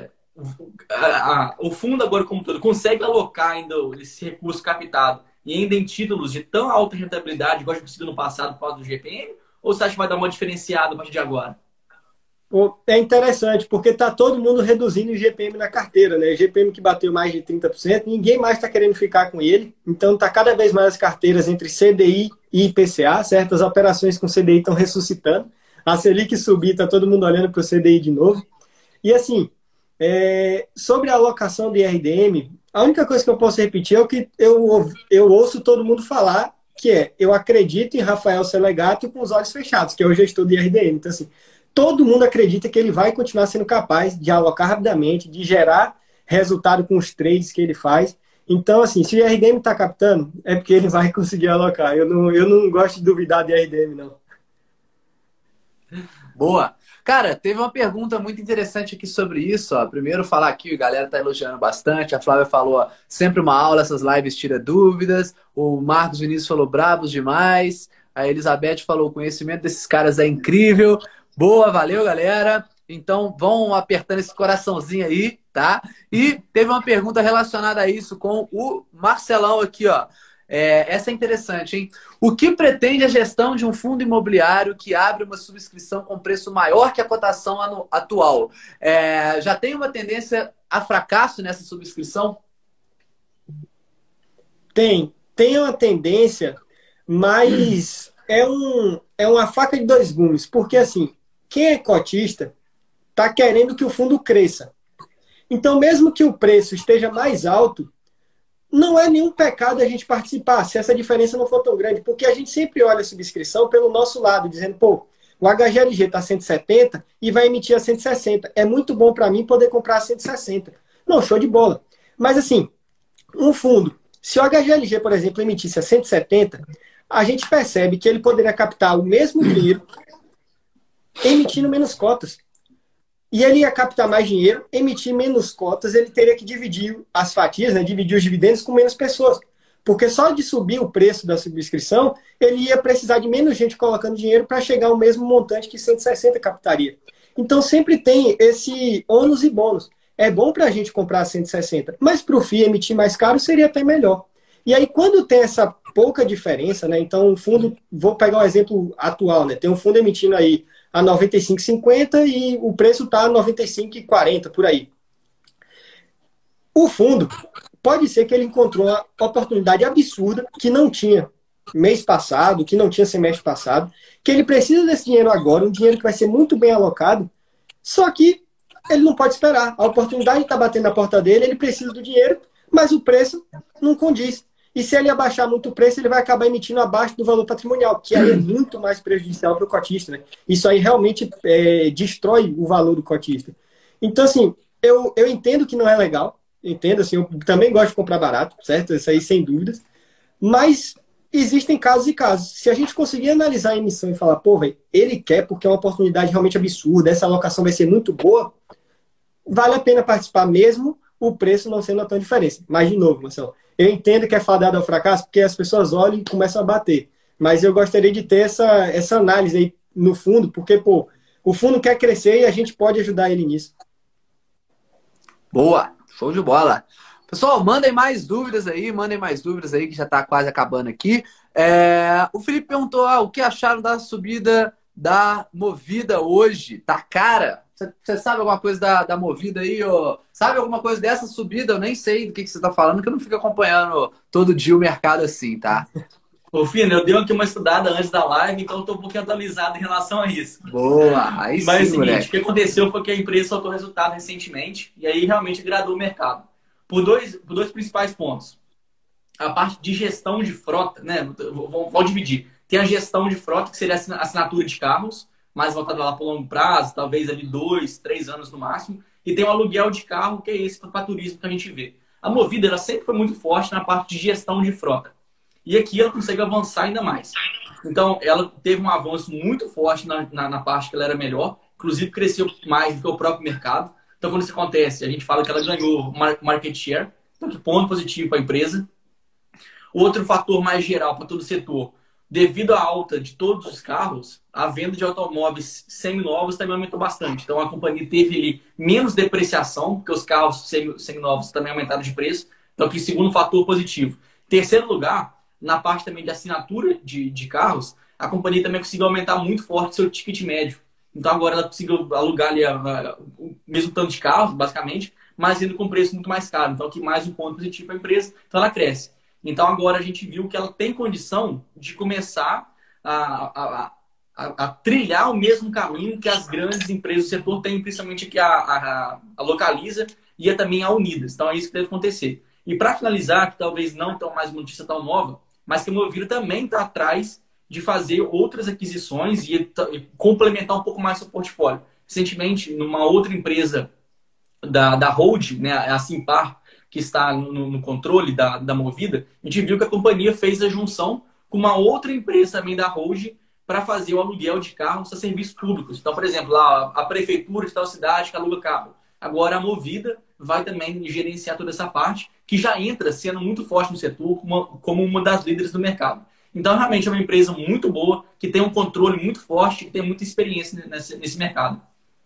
o fundo agora como todo, consegue alocar ainda esse recurso captado e ainda em títulos de tão alta rentabilidade, igual a gente conseguiu no passado por causa do GPM? Ou você acha que vai dar uma diferenciada a partir de agora? É interessante, porque está todo mundo reduzindo o IGPM na carteira, né? O IGPM que bateu mais de 30%, ninguém mais está querendo ficar com ele. Então, está cada vez mais as carteiras entre CDI e IPCA, certo? As operações com CDI estão ressuscitando. A Selic subir, está todo mundo olhando para o CDI de novo. E, assim, sobre a alocação do IRDM, a única coisa que eu posso repetir é o que eu ouço todo mundo falar, que eu acredito em Rafael Selegato com os olhos fechados, que é o gestor do IRDM. Então, assim, todo mundo acredita que ele vai continuar sendo capaz de alocar rapidamente, de gerar resultado com os trades que ele faz. Então, assim, se o RDM está captando, é porque ele vai conseguir alocar. Eu não gosto de duvidar de RDM, não. Boa. Cara, teve uma pergunta muito interessante aqui sobre isso. Ó. Primeiro falar aqui, a galera tá elogiando bastante. A Flávia falou, ó, sempre uma aula, essas lives tira dúvidas. O Marcos Vinícius falou, bravos demais. A Elizabeth falou, o conhecimento desses caras é incrível. Boa, valeu, galera. Então, vão apertando esse coraçãozinho aí, tá? E teve uma pergunta relacionada a isso com o Marcelão aqui, ó. Essa é interessante, hein? O que pretende a gestão de um fundo imobiliário que abre uma subscrição com preço maior que a cotação atual? Já tem uma tendência a fracasso nessa subscrição? Tem uma tendência, mas é uma faca de dois gumes. Porque, assim, quem é cotista está querendo que o fundo cresça. Então, mesmo que o preço esteja mais alto, não é nenhum pecado a gente participar, se essa diferença não for tão grande, porque a gente sempre olha a subscrição pelo nosso lado, dizendo, pô, o HGLG está 170 e vai emitir a 160. É muito bom para mim poder comprar a 160. Não, show de bola. Mas, assim, um fundo, se o HGLG, por exemplo, emitisse a 170, a gente percebe que ele poderia captar o mesmo dinheiro emitindo menos cotas. E ele ia captar mais dinheiro, emitir menos cotas, ele teria que dividir as fatias, né, dividir os dividendos com menos pessoas. Porque só de subir o preço da subscrição, ele ia precisar de menos gente colocando dinheiro para chegar ao mesmo montante que 160 captaria. Então sempre tem esse ônus e bônus. É bom para a gente comprar a 160, mas para o FII emitir mais caro seria até melhor. E aí quando tem essa pouca diferença, né, então o fundo, vou pegar um exemplo atual, né, tem um fundo emitindo aí a 95,50 e o preço está a 95,40 por aí. O fundo, pode ser que ele encontrou uma oportunidade absurda que não tinha mês passado, que não tinha semestre passado, que ele precisa desse dinheiro agora, um dinheiro que vai ser muito bem alocado, só que ele não pode esperar. A oportunidade está batendo na porta dele, ele precisa do dinheiro, mas o preço não condiz. E se ele abaixar muito o preço, ele vai acabar emitindo abaixo do valor patrimonial, que aí é muito mais prejudicial para o cotista, né? Isso aí realmente destrói o valor do cotista. Então, assim, eu entendo que não é legal, entendo, assim, eu também gosto de comprar barato, certo? Isso aí sem dúvidas. Mas existem casos e casos. Se a gente conseguir analisar a emissão e falar, pô, velho, ele quer porque é uma oportunidade realmente absurda, essa alocação vai ser muito boa, vale a pena participar mesmo o preço não sendo tão diferença. Mas, de novo, Marcelo, eu entendo que é fadado ao fracasso porque as pessoas olham e começam a bater. Mas eu gostaria de ter essa análise aí no fundo, porque, pô, o fundo quer crescer e a gente pode ajudar ele nisso. Boa, show de bola. Pessoal, mandem mais dúvidas aí que já está quase acabando aqui. O Felipe perguntou o que acharam da subida da Movida hoje. Tá cara? Você sabe alguma coisa da Movida aí? Ou sabe alguma coisa dessa subida? Eu nem sei do que você está falando, que eu não fico acompanhando todo dia o mercado assim, tá? Ô, Fino, eu dei aqui uma estudada antes da live, então eu tô um pouquinho atualizado em relação a isso. Boa, aí sim, mas é o seguinte, moleque. o que aconteceu foi que a empresa soltou resultado recentemente e aí realmente agradou o mercado. Por dois principais pontos. A parte de gestão de frota, né? Vou dividir. Tem a gestão de frota, que seria a assinatura de carros, mais voltada lá para o longo prazo, talvez ali 2, 3 anos no máximo. E tem o aluguel de carro, que é esse para turismo que a gente vê. A Movida, ela sempre foi muito forte na parte de gestão de frota. E aqui ela consegue avançar ainda mais. Então, ela teve um avanço muito forte na parte que ela era melhor. Inclusive, cresceu mais do que o próprio mercado. Então, quando isso acontece, a gente fala que ela ganhou market share. Então, que ponto positivo para a empresa. Outro fator mais geral para todo o setor. Devido à alta de todos os carros, a venda de automóveis seminovos também aumentou bastante. Então, a companhia teve ali menos depreciação, porque os carros seminovos também aumentaram de preço. Então, que segundo fator positivo. Terceiro lugar, na parte também de assinatura de carros, a companhia também conseguiu aumentar muito forte seu ticket médio. Então agora ela conseguiu alugar ali o mesmo tanto de carros, basicamente, mas indo com preço muito mais caro. Então aqui mais um ponto positivo para a empresa, então ela cresce. Então agora a gente viu que ela tem condição de começar a trilhar o mesmo caminho que as grandes empresas do setor têm, principalmente aqui a Localiza e também a Unidas. Então é isso que deve acontecer. E para finalizar, que talvez não tão mais uma notícia tão nova, mas que a Movida também está atrás de fazer outras aquisições e complementar um pouco mais seu portfólio. Recentemente, numa outra empresa da Hold, né, a Simpar, que está no controle da Movida, a gente viu que a companhia fez a junção com uma outra empresa também da Hold para fazer o aluguel de carros a serviços públicos. Então, por exemplo, lá, a prefeitura de tal cidade que aluga carro. Agora a Movida vai também gerenciar toda essa parte, que já entra sendo muito forte no setor como uma das líderes do mercado. Então, realmente é uma empresa muito boa, que tem um controle muito forte, que tem muita experiência nesse mercado.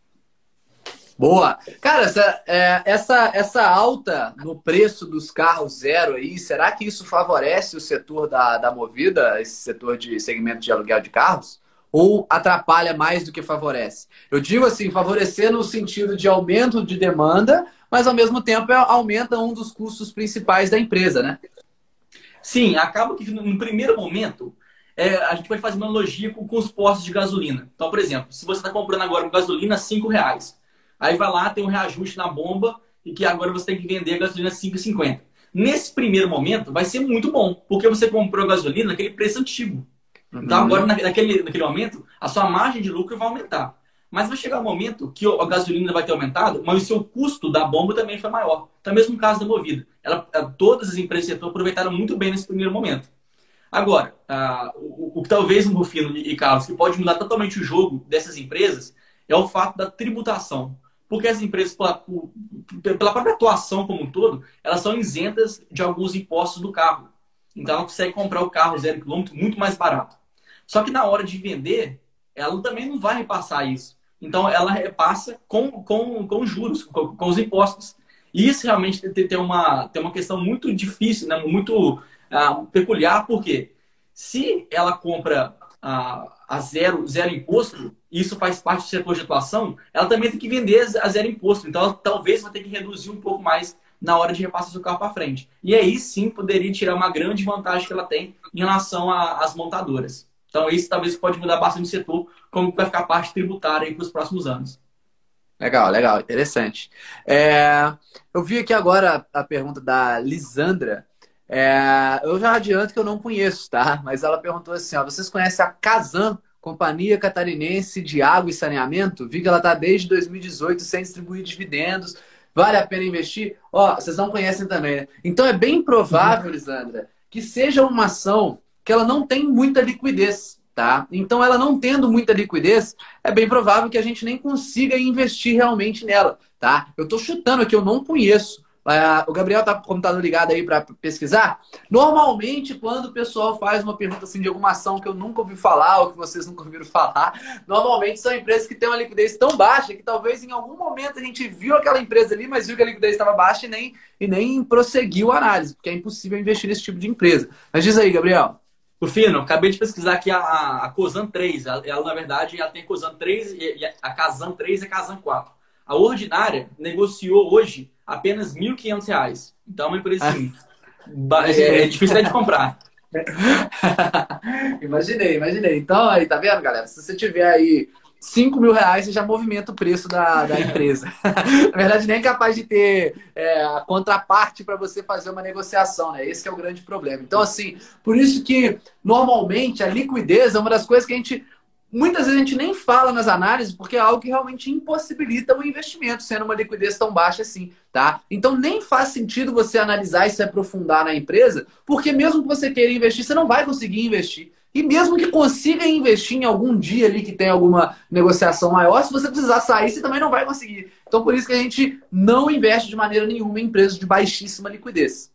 Boa. Cara, essa alta no preço dos carros zero aí, será que isso favorece o setor da Movida, esse setor de segmento de aluguel de carros? Ou atrapalha mais do que favorece? Eu digo assim, favorecer no sentido de aumento de demanda, mas ao mesmo tempo aumenta um dos custos principais da empresa, né? Sim, acaba que no primeiro momento a gente pode fazer uma analogia com os postos de gasolina. Então, por exemplo, se você está comprando agora uma gasolina a R$ 5,00, aí vai lá, tem um reajuste na bomba e que agora você tem que vender a gasolina a R$ 5,50. Nesse primeiro momento, vai ser muito bom, porque você comprou a gasolina naquele preço antigo. Então, agora, naquele momento, a sua margem de lucro vai aumentar. Mas vai chegar um momento que a gasolina vai ter aumentado, mas o seu custo da bomba também foi maior. Então, mesmo no caso da Movida. Todas as empresas do setor aproveitaram muito bem nesse primeiro momento. Agora, o que talvez o Rufino e Carlos, que pode mudar totalmente o jogo dessas empresas, é o fato da tributação. Porque as empresas, pela própria atuação como um todo, elas são isentas de alguns impostos do carro. Então, ela consegue comprar o carro 0 km muito mais barato. Só que na hora de vender, ela também não vai repassar isso. Então, ela repassa com juros, com os impostos. E isso realmente tem uma questão muito difícil, né? Muito peculiar, porque se ela compra a zero imposto, isso faz parte do setor de atuação, ela também tem que vender a zero imposto. Então, ela talvez vai ter que reduzir um pouco mais na hora de repassar seu carro para frente. E aí sim poderia tirar uma grande vantagem que ela tem em relação às montadoras. Então, isso talvez pode mudar bastante o setor, como vai ficar a parte tributária para os próximos anos. Legal, legal, interessante. Eu vi aqui agora a pergunta da Lisandra. Eu já adianto que eu não conheço, tá? Mas ela perguntou assim, ó, vocês conhecem a Casan, Companhia Catarinense de Água e Saneamento? Vi que ela está desde 2018 sem distribuir dividendos. Vale a pena investir? Ó, vocês não conhecem também, né? Então é bem provável, Lisandra, que seja uma ação que ela não tem muita liquidez, tá? Então, ela não tendo muita liquidez, é bem provável que a gente nem consiga investir realmente nela, tá? Eu tô chutando aqui, eu não conheço. O Gabriel tá com o computador ligado aí para pesquisar. Normalmente, quando o pessoal faz uma pergunta assim de alguma ação que eu nunca ouvi falar ou que vocês nunca ouviram falar, normalmente são empresas que têm uma liquidez tão baixa que talvez em algum momento a gente viu aquela empresa ali, mas viu que a liquidez estava baixa e nem prosseguiu a análise, porque é impossível investir nesse tipo de empresa. Mas diz aí, Gabriel. Rufino, acabei de pesquisar aqui a Cosan 3. Ela, na verdade, ela tem Cosan 3 e a Casan 3 e a Casan 4. A ordinária negociou hoje apenas R$ 1.500. Então, é uma empresa assim, é difícil de comprar. Imaginei. Então, aí, tá vendo, galera? Se você tiver aí R$ 5.000, você já movimenta o preço da empresa. Na verdade, nem é capaz de ter a contraparte para você fazer uma negociação, né? Esse que é o grande problema. Então, assim, por isso que, normalmente, a liquidez é uma das coisas que muitas vezes a gente nem fala nas análises, porque é algo que realmente impossibilita o investimento, sendo uma liquidez tão baixa assim, tá? Então nem faz sentido você analisar e se aprofundar na empresa, porque mesmo que você queira investir, você não vai conseguir investir. E mesmo que consiga investir em algum dia ali que tem alguma negociação maior, se você precisar sair, você também não vai conseguir. Então por isso que a gente não investe de maneira nenhuma em empresas de baixíssima liquidez.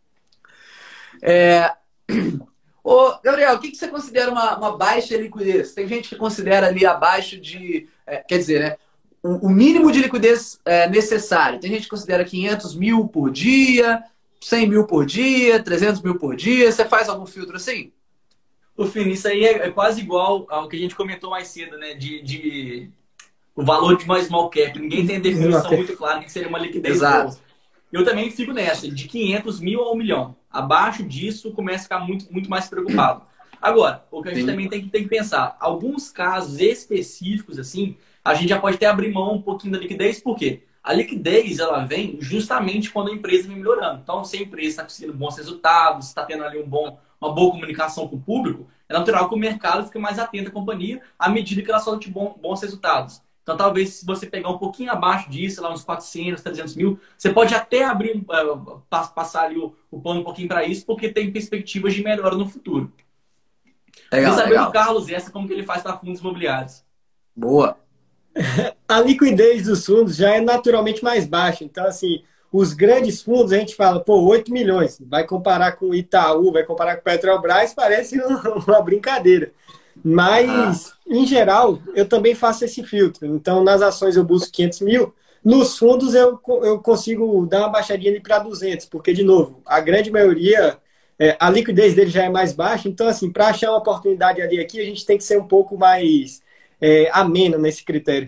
Ô, Gabriel, o que você considera uma baixa liquidez? Tem gente que considera ali abaixo de... quer dizer, né? O mínimo de liquidez necessário. Tem gente que considera 500 mil por dia, 100 mil por dia, 300 mil por dia. Você faz algum filtro assim? Rufino, isso aí é quase igual ao que a gente comentou mais cedo, né? O valor de uma small cap. Ninguém tem definição muito clara do que seria uma liquidez boa. Eu também fico nessa, de 500 mil a 1 milhão. Abaixo disso, começa a ficar muito, muito mais preocupado. Agora, o que a gente também tem que pensar, alguns casos específicos, assim, a gente já pode até abrir mão um pouquinho da liquidez, por quê? A liquidez, ela vem justamente quando a empresa vem melhorando. Então, se a empresa está conseguindo bons resultados, está tendo ali um uma boa comunicação com o público, é natural que o mercado fique mais atento à companhia à medida que ela solte bons resultados. Então, talvez, se você pegar um pouquinho abaixo disso, lá uns 400, 300 mil, você pode até abrir, passar ali o plano um pouquinho para isso, porque tem perspectivas de melhora no futuro. Queria saber do Carlos essa, como que ele faz para fundos imobiliários. Boa. A liquidez dos fundos já é naturalmente mais baixa. Então, assim, os grandes fundos, a gente fala, pô, 8 milhões. Vai comparar com o Itaú, vai comparar com o Petrobras, parece uma brincadeira. Mas, em geral, eu também faço esse filtro. Então, nas ações eu busco 500 mil. Nos fundos eu consigo dar uma baixadinha ali para 200. Porque, de novo, a grande maioria, a liquidez dele já é mais baixa. Então, assim, para achar uma oportunidade ali aqui, a gente tem que ser um pouco mais ameno nesse critério.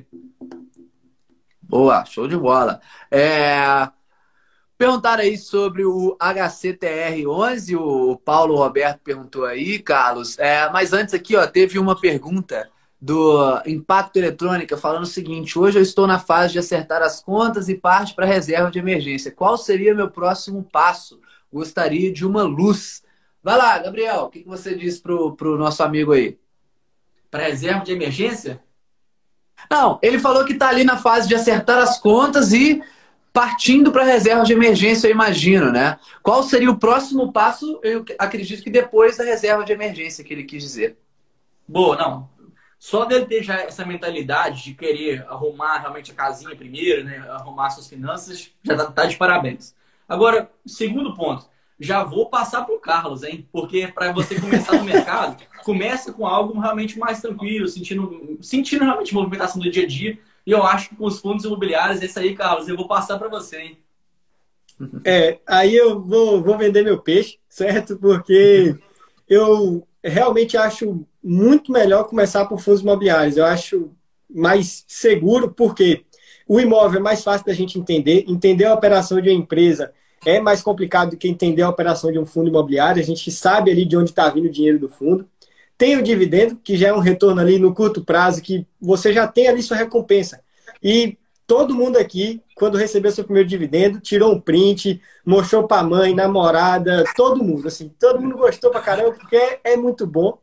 Boa, show de bola. Perguntaram aí sobre o HCTR11, o Paulo Roberto perguntou aí, Carlos. Mas antes aqui, ó, teve uma pergunta do Impacto Eletrônica falando o seguinte: hoje eu estou na fase de acertar as contas e parte para a reserva de emergência. Qual seria meu próximo passo? Gostaria de uma luz. Vai lá, Gabriel, o que você diz pro nosso amigo aí? Para reserva de emergência? Não, ele falou que está ali na fase de acertar as contas e partindo para a reserva de emergência, eu imagino, né? Qual seria o próximo passo? Eu acredito que depois da reserva de emergência, que ele quis dizer. Boa, não. Só dele ter já essa mentalidade de querer arrumar realmente a casinha primeiro, né? Arrumar suas finanças, já tá de parabéns. Agora, segundo ponto, já vou passar para o Carlos, hein? Porque para você começar no mercado, começa com algo realmente mais tranquilo, sentindo realmente a movimentação do dia a dia. E eu acho que com os fundos imobiliários, esse aí, Carlos, eu vou passar para você, hein? Aí eu vou vender meu peixe, certo? Porque eu realmente acho muito melhor começar por fundos imobiliários. Eu acho mais seguro, porque o imóvel é mais fácil da gente entender a operação de uma empresa é mais complicado do que entender a operação de um fundo imobiliário. A gente sabe ali de onde está vindo o dinheiro do fundo. Tem o dividendo, que já é um retorno ali no curto prazo, que você já tem ali sua recompensa. E todo mundo aqui, quando recebeu seu primeiro dividendo, tirou um print, mostrou para a mãe, namorada, todo mundo. Assim, todo mundo gostou pra caramba, porque é muito bom.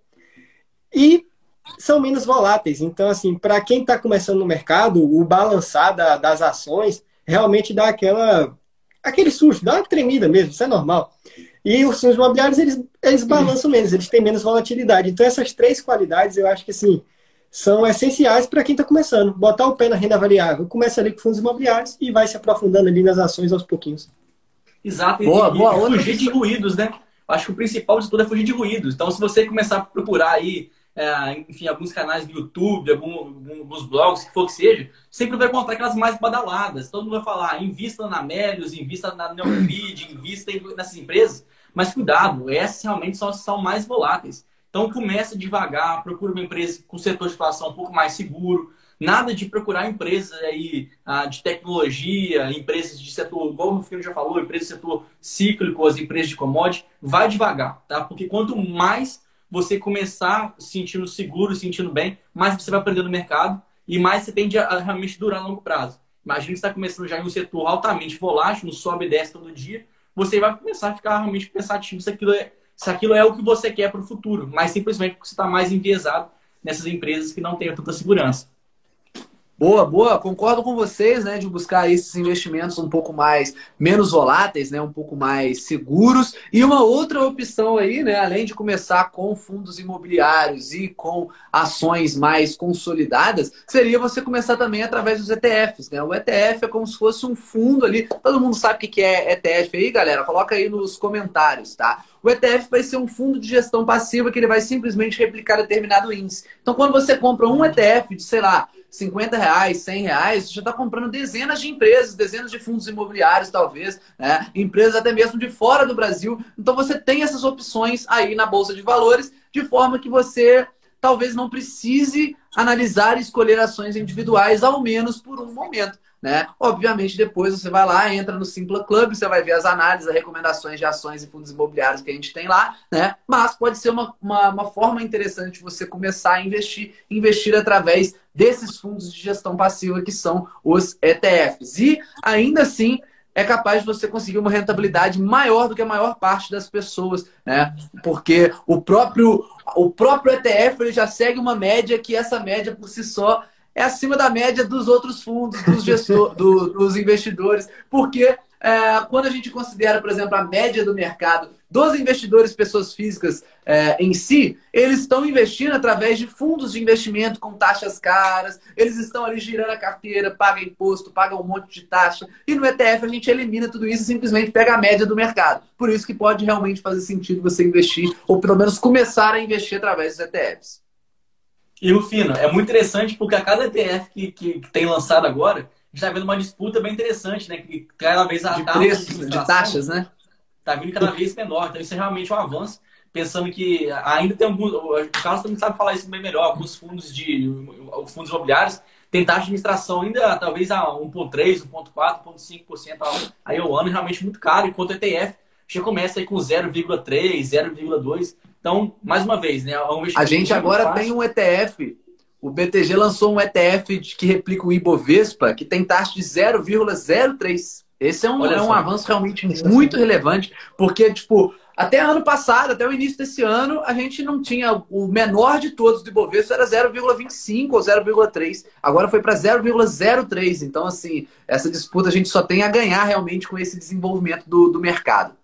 E são menos voláteis. Então, assim, para quem está começando no mercado, o balançar das ações realmente dá aquele susto, dá uma tremida mesmo, isso é normal. E os fundos imobiliários, eles balançam menos, eles têm menos volatilidade. Então, essas três qualidades, eu acho que, assim, são essenciais para quem está começando. Botar o pé na renda variável. Começa ali com fundos imobiliários e vai se aprofundando ali nas ações aos pouquinhos. Exato. E fugir de ruídos, né? Acho que o principal de tudo é fugir de ruídos. Então, se você começar a procurar aí, enfim, alguns canais do YouTube, alguns blogs, que for que seja, sempre vai encontrar aquelas mais badaladas. Todo mundo vai falar, invista na Melius, invista na Neogrid, invista nessas empresas. Mas cuidado, essas realmente são mais voláteis. Então começa devagar, procura uma empresa com setor de atuação um pouco mais seguro. Nada de procurar empresas aí de tecnologia, empresas de setor, igual o filho já falou, empresas de setor cíclico, as empresas de commodity. Vai devagar, tá? Porque quanto mais você começar se sentindo seguro, se sentindo bem, mais você vai aprender no mercado e mais você tende a realmente durar a longo prazo. Imagina que você está começando já em um setor altamente volátil, no sobe e desce todo dia, você vai começar a ficar realmente pensativo se aquilo é o que você quer para o futuro, mas simplesmente porque você está mais enviesado nessas empresas que não têm tanta segurança. Boa, boa. Concordo com vocês, né, de buscar esses investimentos um pouco mais menos voláteis, né, um pouco mais seguros. E uma outra opção aí, né, além de começar com fundos imobiliários e com ações mais consolidadas, seria você começar também através dos ETFs, né? O ETF é como se fosse um fundo ali. Todo mundo sabe o que é ETF aí, galera? Coloca aí nos comentários, tá? O ETF vai ser um fundo de gestão passiva que ele vai simplesmente replicar determinado índice. Então, quando você compra um ETF de, sei lá, R$50, R$100, você já está comprando dezenas de empresas, dezenas de fundos imobiliários, talvez, né? Empresas até mesmo de fora do Brasil. Então, você tem essas opções aí na Bolsa de Valores, de forma que você talvez não precise analisar e escolher ações individuais, ao menos por um momento, né? Obviamente, depois você vai lá, entra no Simpla Club, você vai ver as análises, as recomendações de ações e fundos imobiliários que a gente tem lá, né? Mas pode ser uma forma interessante de você começar a investir através desses fundos de gestão passiva que são os ETFs. E ainda assim, é capaz de você conseguir uma rentabilidade maior do que a maior parte das pessoas, né? Porque o próprio ETF ele já segue uma média que essa média por si só é acima da média dos outros fundos, dos investidores, porque quando a gente considera, por exemplo, a média do mercado dos investidores, pessoas físicas em si, eles estão investindo através de fundos de investimento com taxas caras, eles estão ali girando a carteira, pagam imposto, pagam um monte de taxa, e no ETF a gente elimina tudo isso e simplesmente pega a média do mercado. Por isso que pode realmente fazer sentido você investir, ou pelo menos começar a investir através dos ETFs. E Rufino, é muito interessante porque a cada ETF que tem lançado agora, a gente está vendo uma disputa bem interessante, né? Que cada vez de preços, de taxas, né? Está vindo cada vez menor. Então isso é realmente um avanço. Pensando que ainda tem alguns... O Carlos também sabe falar isso bem melhor. Alguns fundos imobiliários têm taxa de administração ainda talvez a 1,3%, 1,4%, 1,5% aí ao ano, realmente muito caro, enquanto o ETF já começa aí com 0,3%, 0,2%. Então, mais uma vez, né? A gente agora tem um ETF, o BTG lançou um ETF que replica o Ibovespa, que tem taxa de 0,03%. Esse é um avanço realmente muito relevante, porque, tipo, até ano passado, até o início desse ano, a gente não tinha o menor de todos do Ibovespa, era 0,25 ou 0,3. Agora foi para 0,03. Então, assim, essa disputa a gente só tem a ganhar realmente com esse desenvolvimento do mercado.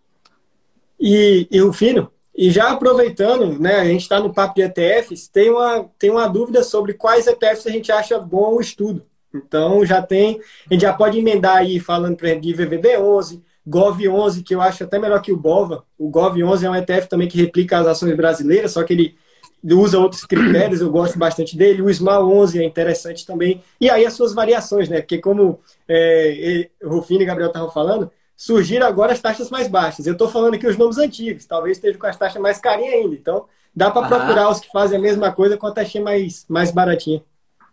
E Rufino, e já aproveitando, né, a gente está no papo de ETFs, tem uma dúvida sobre quais ETFs a gente acha bom o estudo. Então, a gente já pode emendar aí falando, por exemplo, de VVB11, GOV11, que eu acho até melhor que o BOVA. O GOV11 é um ETF também que replica as ações brasileiras, só que ele usa outros critérios, eu gosto bastante dele. O SMAL11 é interessante também. E aí as suas variações, né? Porque como o Rufino e o Gabriel estavam falando, surgiram agora as taxas mais baixas. Eu estou falando aqui os nomes antigos, talvez estejam com as taxas mais carinhas ainda. Então, dá para procurar os que fazem a mesma coisa com a taxinha mais baratinha.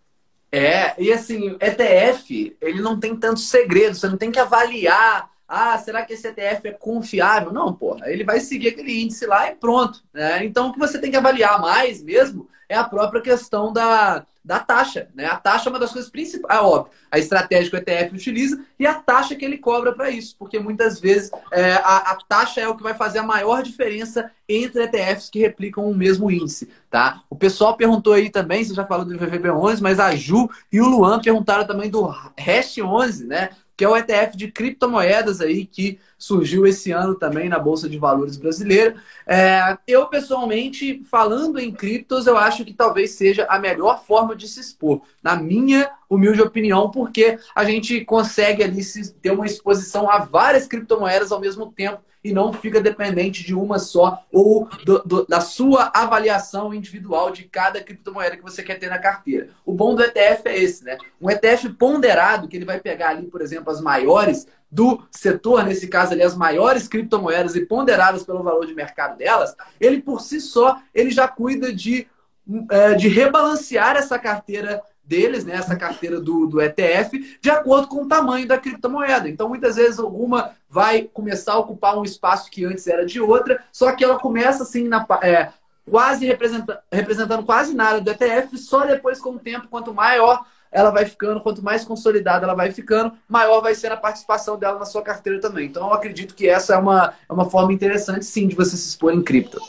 E assim, ETF, ele não tem tanto segredo, você não tem que avaliar, será que esse ETF é confiável? Não, porra, ele vai seguir aquele índice lá e pronto, né? Então, o que você tem que avaliar mais mesmo é a própria questão da taxa, né? A taxa é uma das coisas principais, óbvio, a estratégia que o ETF utiliza e a taxa que ele cobra para isso, porque muitas vezes a taxa é o que vai fazer a maior diferença entre ETFs que replicam o mesmo índice, tá? O pessoal perguntou aí também, você já falou do VVB11, mas a Ju e o Luan perguntaram também do Hash11, né? Que é o ETF de criptomoedas aí que surgiu esse ano também na Bolsa de Valores brasileira. Eu, pessoalmente, falando em criptos, eu acho que talvez seja a melhor forma de se expor, na minha humilde opinião, porque a gente consegue ali ter uma exposição a várias criptomoedas ao mesmo tempo e não fica dependente de uma só ou da sua avaliação individual de cada criptomoeda que você quer ter na carteira. O bom do ETF é esse, né? Um ETF ponderado, que ele vai pegar ali, por exemplo, as maiores do setor, nesse caso ali, as maiores criptomoedas e ponderadas pelo valor de mercado delas, ele por si só, ele já cuida de rebalancear essa carteira deles, né, essa carteira do ETF, de acordo com o tamanho da criptomoeda. Então, muitas vezes, alguma vai começar a ocupar um espaço que antes era de outra, só que ela começa assim, quase representando quase nada do ETF, só depois, com o tempo, quanto maior ela vai ficando, quanto mais consolidada ela vai ficando, maior vai ser a participação dela na sua carteira também. Então, eu acredito que essa é uma forma interessante, sim, de você se expor em cripto.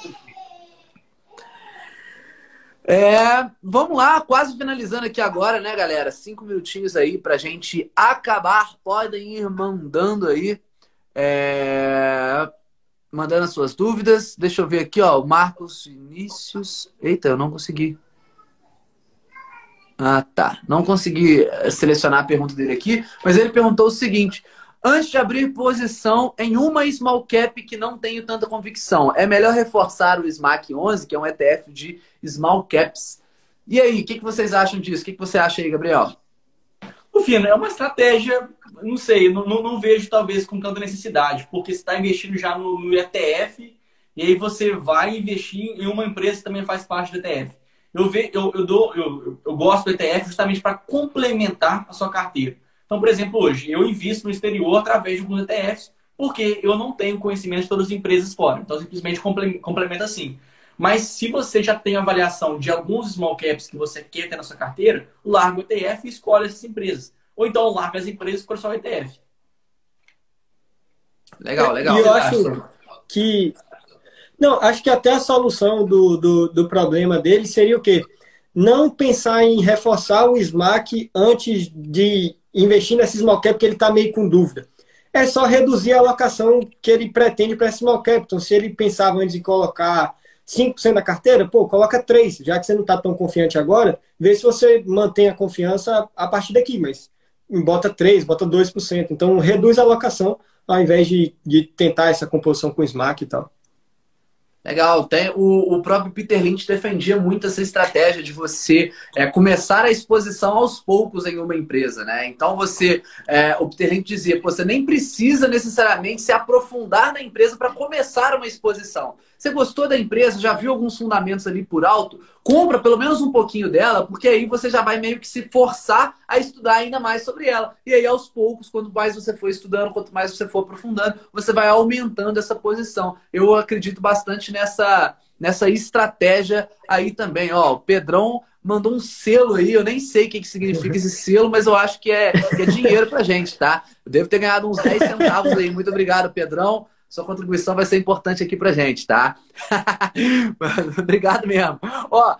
Vamos lá, quase finalizando aqui agora, né, galera? 5 minutinhos aí pra gente acabar. Podem ir mandando aí, mandando as suas dúvidas. Deixa eu ver aqui, ó, o Marcos Vinícius. Eita, eu não consegui. Tá. Não consegui selecionar a pergunta dele aqui, mas ele perguntou o seguinte: antes de abrir posição em uma small cap que não tenho tanta convicção, é melhor reforçar o SMAC 11, que é um ETF de small caps. E aí, o que vocês acham disso? O que você acha aí, Gabriel? Rufino, é uma estratégia, não sei, não vejo talvez com tanta necessidade, porque você está investindo já no ETF e aí você vai investir em uma empresa que também faz parte do ETF. Eu gosto do ETF justamente para complementar a sua carteira. Então, por exemplo, hoje eu invisto no exterior através de alguns ETFs, porque eu não tenho conhecimento de todas as empresas fora. Então, simplesmente complementa assim. Mas se você já tem avaliação de alguns small caps que você quer ter na sua carteira, larga o ETF e escolhe essas empresas. Ou então larga as empresas e escolhe só o ETF. Legal, E legal. eu acho que. Não, acho que até a solução do problema dele seria o quê? Não pensar em reforçar o SMAC antes de investir nesse small cap, porque ele está meio com dúvida. É só reduzir a alocação que ele pretende para esse small cap. Então, se ele pensava antes de colocar 5% da carteira, pô, coloca 3%. Já que você não está tão confiante agora, vê se você mantém a confiança a partir daqui, mas bota 3%, bota 2%. Então, reduz a alocação ao invés de tentar essa composição com SMAC e tal. Legal, tem o próprio Peter Lynch defendia muito essa estratégia de você começar a exposição aos poucos em uma empresa, né? Então o Peter Lynch dizia, pô, você nem precisa necessariamente se aprofundar na empresa para começar uma exposição. Você gostou da empresa, já viu alguns fundamentos ali por alto, compra pelo menos um pouquinho dela, porque aí você já vai meio que se forçar a estudar ainda mais sobre ela. E aí, aos poucos, quanto mais você for estudando, quanto mais você for aprofundando, você vai aumentando essa posição. Eu acredito bastante nessa estratégia aí também. Ó, o Pedrão mandou um selo aí, eu nem sei o que significa esse selo, mas eu acho que é dinheiro pra gente, tá? Eu devo ter ganhado uns 10 centavos aí. Muito obrigado, Pedrão. Sua contribuição vai ser importante aqui pra gente, tá? Obrigado mesmo. Ó,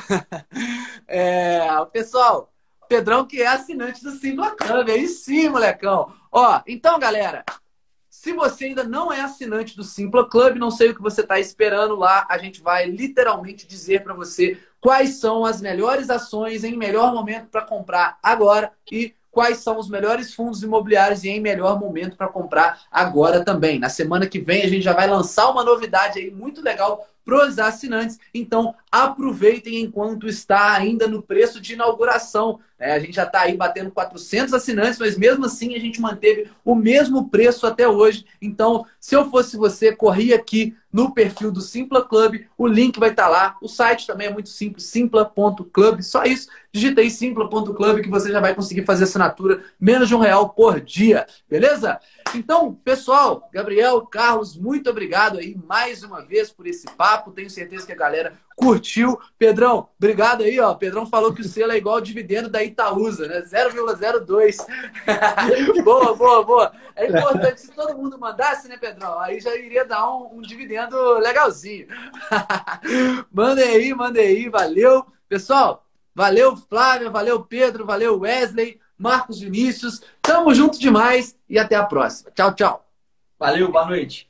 pessoal, Pedrão que é assinante do Simpla Club. Aí sim, molecão. Ó, então, galera, se você ainda não é assinante do Simpla Club, não sei o que você está esperando lá, a gente vai literalmente dizer para você quais são as melhores ações em melhor momento para comprar agora e quais são os melhores fundos imobiliários e em melhor momento para comprar agora também. Na semana que vem a gente já vai lançar uma novidade aí muito legal para os assinantes, então aproveitem enquanto está ainda no preço de inauguração. A gente já está aí batendo 400 assinantes, mas mesmo assim a gente manteve o mesmo preço até hoje. Então, se eu fosse você, corria aqui no perfil do Simpla Club, o link vai estar lá. O site também é muito simples, simpla.club, só isso. Digita aí simpla.club que você já vai conseguir fazer assinatura menos de R$1 por dia, beleza? Então, pessoal, Gabriel, Carlos, muito obrigado aí mais uma vez por esse papo. Tenho certeza que a galera curtiu. Pedrão, obrigado aí, ó. Pedrão falou que o selo é igual ao dividendo da Itaúsa, né? 0,02. Boa, boa, boa. É importante, se todo mundo mandasse, né, Pedrão? Aí já iria dar um dividendo legalzinho. Mandem aí, valeu. Pessoal, valeu, Flávia, valeu, Pedro, valeu, Wesley, Marcos Vinícius. Tamo junto demais e até a próxima. Tchau, tchau. Valeu, boa noite.